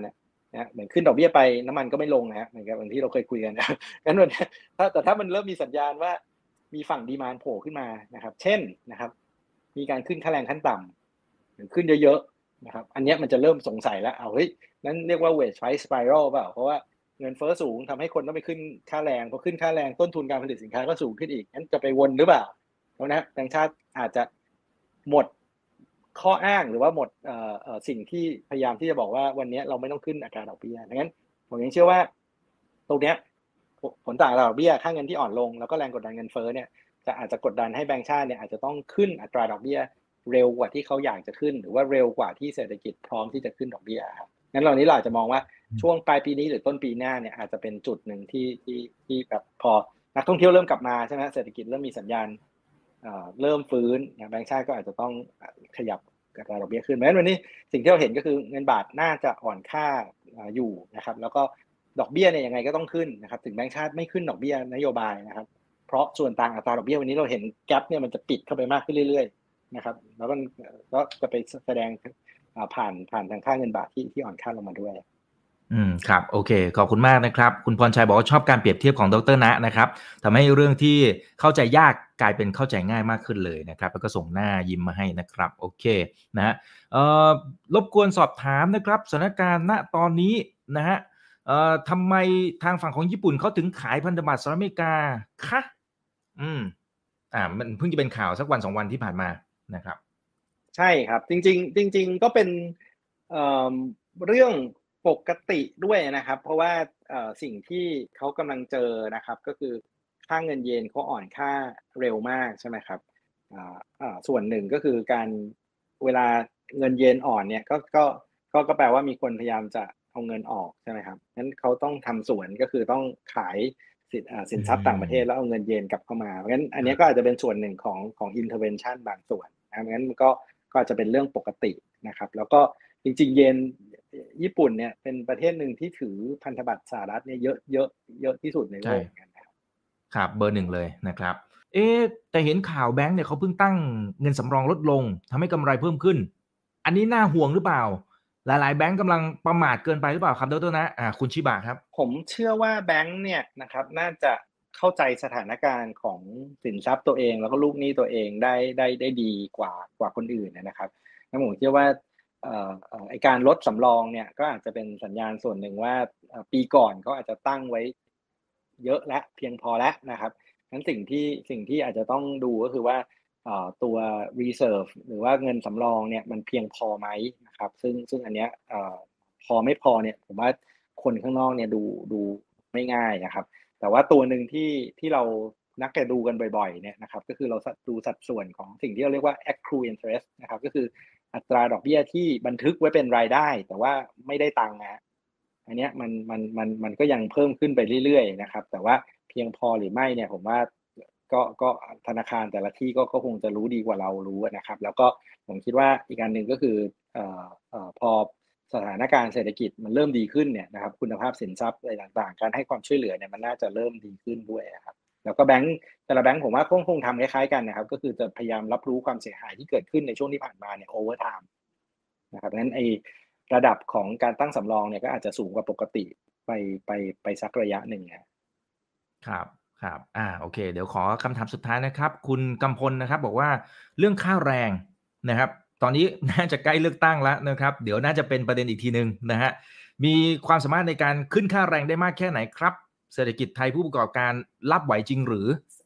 นะเหมือนขึ้นดอกเบี้ยไปน้ำมันก็ไม่ลงนะเหมือนกับอย่างที่เราเคยคุยกันนะงั้นวันนี้ถ้ามันเริ่มมีสัญญาณว่ามีฝั่งดีมานด์โผล่ขึ้นมานะครับเช่นนะครับมีการขึ้นค่าแรงขั้นต่ำหรือขึ้นเยอะๆนะครับอันนี้มันจะเริ่มสงสัยแล้วเฮ้ยนั่นเรียกว่า wage price spiral เปล่าเพราะว่าเงินเฟ้อสูงทำให้คนต้องไปขึ้นค่าแรงพอขึ้นค่าแรงต้นทุนการผลิตสินค้าก็สูงขึ้นอีกงั้นจะไปวนหรือเปล่าเพราะนะแบงก์ชาติอาจจะหมดข้ออ้างหรือว่าหมดสิ่งที่พยายามที่จะบอกว่าวันนี้เราไม่ต้องขึ้นอัตราดอกเบี้ยดังนั้นผมยังเชื่อว่าตรงเนี้ยผลต่างดอกเบี้ยค่าเงินที่อ่อนลงแล้วก็แรงกดดันเงินเฟ้อเนี่ยอาจจะกดดันให้แบงก์ชาติเนี่ยอาจจะต้องขึ้นอัตราดอกเบี้ยเร็วกว่าที่เขาอยากจะขึ้นหรือว่าเร็วกว่าที่เศรษฐกิจพร้อมที่จะขึ้นดอกเบี้ยครับงั้นเราอาจจะมองว่าช่วงปลายปีนี้หรือต้นปีหน้าเนี่ยอาจจะเป็นจุดหนึ่งที่แบบพอนักท่องเที่ยวเริ่มกลับมาใช่ไหมเศรษฐกิจเริ่มมีสัญญาณเริ่มฟื้นแบงก์ชาติก็อาจจะต้องขยับอัตราดอกเบี้ยขึ้นเพราะฉะนั้นวันนี้สิ่งที่เราเห็นก็คือเงินบาทน่าจะอ่อนค่าอยู่นะครับแล้วก็ดอกเบี้ยเนี่ยยังไงก็ต้องขึ้นนะครับถึงแบงก์ชาติไม่ขึ้นดอกเบี้ยนโยบายนะครับเพราะส่วนต่างอัตราดอกเบี้ยวันนี้เราเห็นแกปเนี่ยมันจะปิดเข้าไปมากขึ้นเรื่อยๆนะครับแล้วก็จะไปแสดงผ่านทางค่าเงินบาทที่อ่อนค่าลงมาด้วยครับโอเคขอบคุณมากนะครับคุณพรชัยบอกว่าชอบการเปรียบเทียบของดร.ณนะครับทำให้เรื่องที่เข้าใจยากกลายเป็นเข้าใจง่ายมากขึ้นเลยนะครับแล้วก็ส่งหน้ายิ้มมาให้นะครับโอเคนะฮะรบกวนสอบถามนะครับสถานการณ์ณตอนนี้นะฮะทำไมทางฝั่งของญี่ปุ่นเขาถึงขายพันธบัตรสหรัฐอเมริกาคะอืมมันเพิ่งจะเป็นข่าวสักวัน2วันที่ผ่านมานะครับใช่ครับจริงๆก็เป็นเอ่อเรื่องปกติด้วยนะครับเพราะว่าสิ่งที่เขากำลังเจอนะครับก็คือค่าเงินเยนเขาอ่อนค่าเร็วมากใช่ไหมครับส่วนหนึ่งก็คือการเวลาเงินเยนอ่อนเนี่ยก็แปลว่ามีคนพยายามจะเอาเงินออกใช่ไหมครับงั้นเขาต้องทำสวนก็คือต้องขายสินทรัพย์ต่างประเทศแล้วเอาเงินเยนกลับเข้ามาเพราะงั้นอันนี้ก็อาจจะเป็นส่วนหนึ่งของ intervention บางส่วนนะครับงั้นมันก็อาจจะเป็นเรื่องปกตินะครับแล้วก็จริงๆเยนญี่ปุ่นเนี่ยเป็นประเทศหนึ่งที่ถือพันธบัตรสหรัฐเนี่ยเยอะที่สุดในโลใช่กกันนะครับครับเบอร์หนึ่งเลยนะครับเอ๊ะแต่เห็นข่าวแบงก์เนี่ยเขาเพิ่งตั้งเงินสำรองลดลงทำให้กำไรเพิ่มขึ้นอันนี้น่าห่วงหรือเปล่าหลายๆแบงก์กำลังประมาทเกินไปหรือเปล่าครับดรนะคุณชิบะครับผมเชื่อว่าแบงค์เนี่ยนะครับน่าจะเข้าใจสถานการณ์ของสินทรัพย์ตัวเองแล้วก็ลูกหนี้ตัวเองได้ดีกว่าคนอื่นนะครับงั้นผมเชื่อว่าไอการลดสำรองเนี่ยก็อาจจะเป็นสัญญาณส่วนหนึ่งว่าปีก่อนเขาอาจจะตั้งไว้เยอะและเพียงพอแล้วนะครับงั้นสิ่งที่อาจจะต้องดูก็คือว่าตัว reserve หรือว่าเงินสำรองเนี่ยมันเพียงพอไหมนะครับซึ่งอันเนี้ยพอไม่พอเนี่ยผมว่าคนข้างนอกเนี่ยดูไม่ง่ายนะครับแต่ว่าตัวหนึ่งที่เรานักจะดูกันบ่อยๆเนี่ยนะครับก็คือเราดูสัดส่วนของสิ่งที่เราเรียกว่า accrue interest นะครับก็คืออัตราดอกเบี้ยที่บันทึกไว้เป็นรายได้แต่ว่าไม่ได้ตังค์นะอันเนี้ยมันก็ยังเพิ่มขึ้นไปเรื่อยๆนะครับแต่ว่าเพียงพอหรือไม่เนี่ยผมว่าก็ธนาคารแต่ละที่ก็คงจะรู้ดีกว่าเรารู้นะครับแล้วก็ผมคิดว่าอีกอันหนึ่งก็คือพอสถานการณ์เศรษฐกิจมันเริ่มดีขึ้นเนี่ยนะครับคุณภาพสินทรัพย์อะไรต่างๆการให้ความช่วยเหลือเนี่ยมันน่าจะเริ่มดีขึ้นด้วยครับแล้วก็แบงก์แต่ละแบงก์ผมว่าคงทำคล้ายๆกันนะครับก็คือจะพยายามรับรู้ความเสียหายที่เกิดขึ้นในช่วงที่ผ่านมาเนี่ยโอเวอร์ไทม์นะครับงั้นระดับของการตั้งสำรองเนี่ยก็อาจจะสูงกว่าปกติไปไปสักระยะหนึ่งครับครับโอเคเดี๋ยวขอคำถามสุดท้ายนะครับคุณกำพลนะครับบอกว่าเรื่องค่าแรงนะครับตอนนี้น่าจะใกล้เลือกตั้งแล้วนะครับเดี๋ยวน่าจะเป็นประเด็นอีกทีหนึ่งนะฮะมีความสามารถในการขึ้นค่าแรงได้มากแค่ไหนครับเศรษฐกิจไทยผู้ประกอบการรับไหวจริงหรือ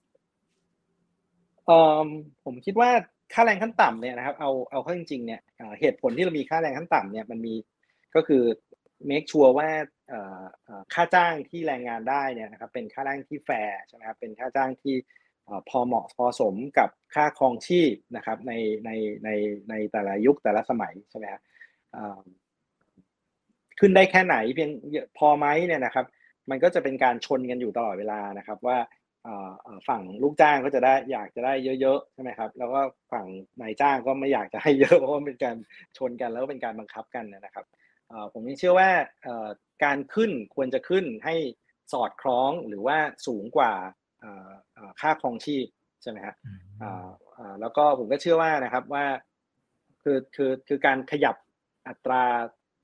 เอ่อผมคิดว่าค่าแรงขั้นต่ำเนี่ยนะครับเอาเข้าจริงๆเนี่ยเหตุผลที่เรามีค่าแรงขั้นต่ำเนี่ยมันมีก็คือ make sure ว่าค่าจ้างที่แรงงานได้เนี่ยนะครับเป็นค่าจ้างที่แฟร์ใช่ไหมครับเป็นค่าจ้างที่พอเหมาะพอสมกับค่าครองชีพนะครับในในในแต่ละยุคแต่ละสมัยใช่ไหมครับเอ่อขึ้นได้แค่ไหนเพียงพอไหมเนี่ยนะครับมันก็จะเป็นการชนกันอยู่ตลอดเวลานะครับว่า ฝั่งลูกจ้างก็จะได้อยากจะได้เยอะๆใช่ไหมครับแล้วก็ฝั่งนายจ้างก็ไม่อยากจะให้เยอะเพราะว่าเป็นการชนกันแล้วก็เป็นการบังคับกันนะครับผมยังเชื่อว่าการขึ้นควรจะขึ้นให้สอดคล้องหรือว่าสูงกว่าค่าครองชีพใช่ไหมครับอืมแล้วก็ผมก็เชื่อว่านะครับว่าคือการขยับอัตรา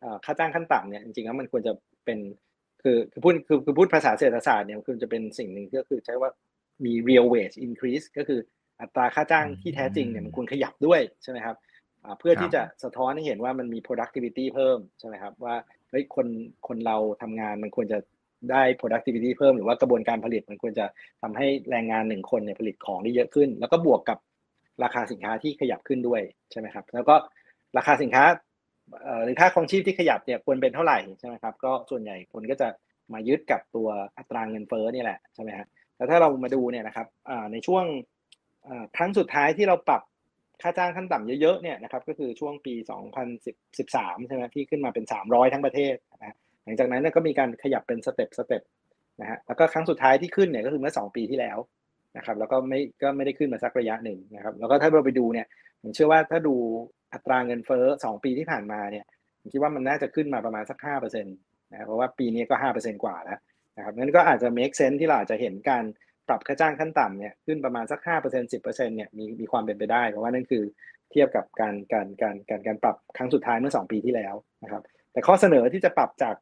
ค่าจ้างขั้นต่ำเนี่ยจริงๆแล้วมันควรจะเป็นคือพูดภาษาเศรษฐศาสตร์เนี่ยมันควรจะเป็นสิ่งหนึ่งก็คือใช้ว่ามี real wage increase ก็คืออัตราค่าจ้างที่แท้จริงเนี่ยมันควรขยับด้วยใช่ไหมครับเพื่อที่จะสะท้อนให้เห็นว่ามันมี productivity เพิ่มใช่ไหมครับว่าเฮ้ยคนเราทำงานมันควรจะได้ productivity เพิ่มหรือว่ากระบวนการผลิตมันควรจะทำให้แรงงาน1คนเนี่ยผลิตของได้เยอะขึ้นแล้วก็บวกกับราคาสินค้าที่ขยับขึ้นด้วยใช่ไหมครับแล้วก็ราคาสินค้าหรือค่าครองชีพที่ขยับเนี่ยควรเป็นเท่าไหร่ใช่ไหมครับก็ส่วนใหญ่คนก็จะมายึดกับตัวอัตราเงินเฟ้อนี่แหละใช่ไหมครับแล้วถ้าเรามาดูเนี่ยนะครับในช่วงครั้งสุดท้ายที่เราปรับค่าจ้างขั้นต่ำเยอะๆเนี่ยนะครับก็คือช่วงปี2013ใช่ไหมที่ขึ้นมาเป็น300ทั้งประเทศนะหลังจากนั้นก็มีการขยับเป็นสเต็ปนะฮะแล้วก็ครั้งสุดท้ายที่ขึ้นเนี่ยก็คือเมื่อ2ปีที่แล้วนะครับแล้วก็ไม่ได้ขึ้นมาสักระยะหนึ่งนะครับแล้วก็ถ้าเราไปดูเนี่ยผมเชื่อว่าถ้าดูอัตราเงินเฟ้อ2ปีที่ผ่านมาเนี่ยผมคิดว่ามันน่าจะขึ้นมาประมาณสัก 5% นะเพราะว่าปีนี้ก็ 5% กว่าแล้วนะครับงั้นก็อาจจะ make sense ที่เราอาจจะเห็นการปรับค่าจ้างขั้นต่ำเนี่ยขึ้นประมาณสัก 5% 10% เนี่ยมีความเป็นไปได้เพราะว่านั่นคือเทียบกับการปรับครั้งสุดท้ายเมื่อ2ปีที่แล้วนะครับแต่ข้อเสนอที่จะปรับจาก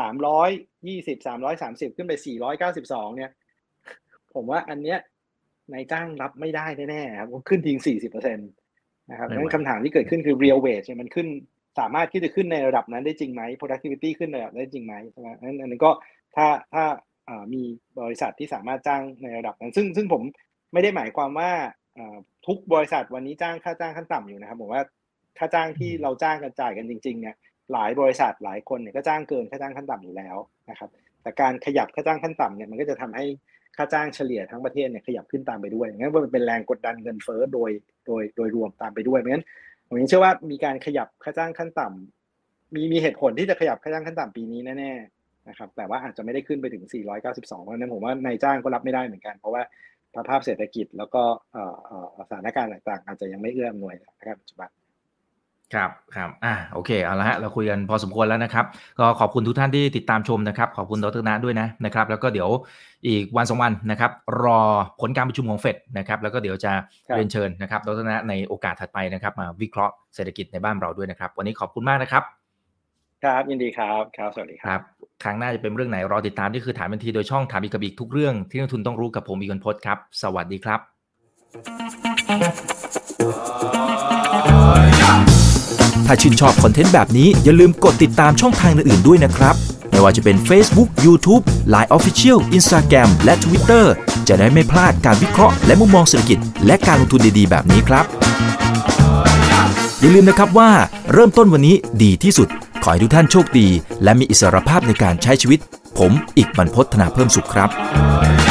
320 330ขึ้นไป492เนี่ยผมว่าอันเนี้ยนายจ้างรับไม่ได้แน่ๆครับขึ้นทิ้ง 40% นะครับงั้นคำถามที่เกิดขึ้นคือ real wage เนี่ยมันขึ้นสามารถที่จะขึ้นในระดับนั้นได้จริงไหม productivity ขึ้นในระดับได้จริงไหมใช่ไหมอันนั้นก็ถ้ามีบริษัทที่สามารถจ้างในระดับนั้นซึ่งผมไม่ได้หมายความว่าทุกบริษัทวันนี้จ้างค่าจ้างขั้นต่ำอยู่นะครับผมว่าค่าจ้างที่เราจ้างกันจ่ายกันจริงๆเนี่ยหลายบริษัทหลายคนเนี่ยก็จ้างเกินค่าจ้างขั้นต่ำอยู่แล้วนะครับแต่การขยับค่าจ้างขั้นต่ำเนี่ยมันก็จะทำให้ค่าจ้างเฉลี่ยทั้งประเทศเนี่ยขยับขึ้นตามไปด้วยงั้นมันเป็นแรงกดดันเงินเฟ้อโดยรวมตามไปด้วยเพราะฉะนั้นผมยังเชื่อว่ามีการขยับค่าจ้างขั้นต่ำมีเหตุผลที่จะขยับค่าจ้างขั้นต่ำปีนี้แน่ๆนะครับแต่ว่าอาจจะไม่ได้ขึ้นไปถึง492เพราะฉะนั้นผมว่านายจ้างก็รับไม่ได้เหมือนกันเพราะว่าสภาพเศรษฐกิจแล้วก็สถานการณ์ต่างๆอาจจะยังไม่เอื้ออำนวยนะครับปัจจุบันครับโอเคเอาละฮะเราคุยกันพอสมควรแล้วนะครับก็ขอบคุณทุกท่านที่ติดตามชมนะครับขอบคุณดร.ณด้วยนะครับแล้วก็เดี๋ยวอีกวัน2วันนะครับรอผลการประชุมของเฟดนะครับแล้วก็เดี๋ยวจะเรียนเชิญนะครับดร.ณในโอกาสถัดไปนะครับมาวิเคราะห์เศรษฐกิจในบ้านเราด้วยนะครับวันนี้ขอบคุณมากนะครับครับยินดีครับสวัสดีครับครั้งหน้าจะเป็นเรื่องไหนรอติดตามนี่คือถามทันทีโดยช่องถามอีกกับอีกทุกเรื่องที่นักทุนต้องรู้กับผมอีกคนพจน์ครับสวัสดีครับถ้าชื่นชอบคอนเทนต์แบบนี้อย่าลืมกดติดตามช่องทางอื่นๆด้วยนะครับไม่ว่าจะเป็น Facebook, YouTube, Line Official, Instagram และ Twitter จะได้ไม่พลาดการวิเคราะห์และมุมมองเศรษฐกิจและการลงทุนดีๆแบบนี้ครับอย่าลืมนะครับว่าเริ่มต้นวันนี้ดีที่สุดขอให้ทุกท่านโชคดีและมีอิสรภาพในการใช้ชีวิตผมอีกบรรพต ธนาเพิ่มสุขครับ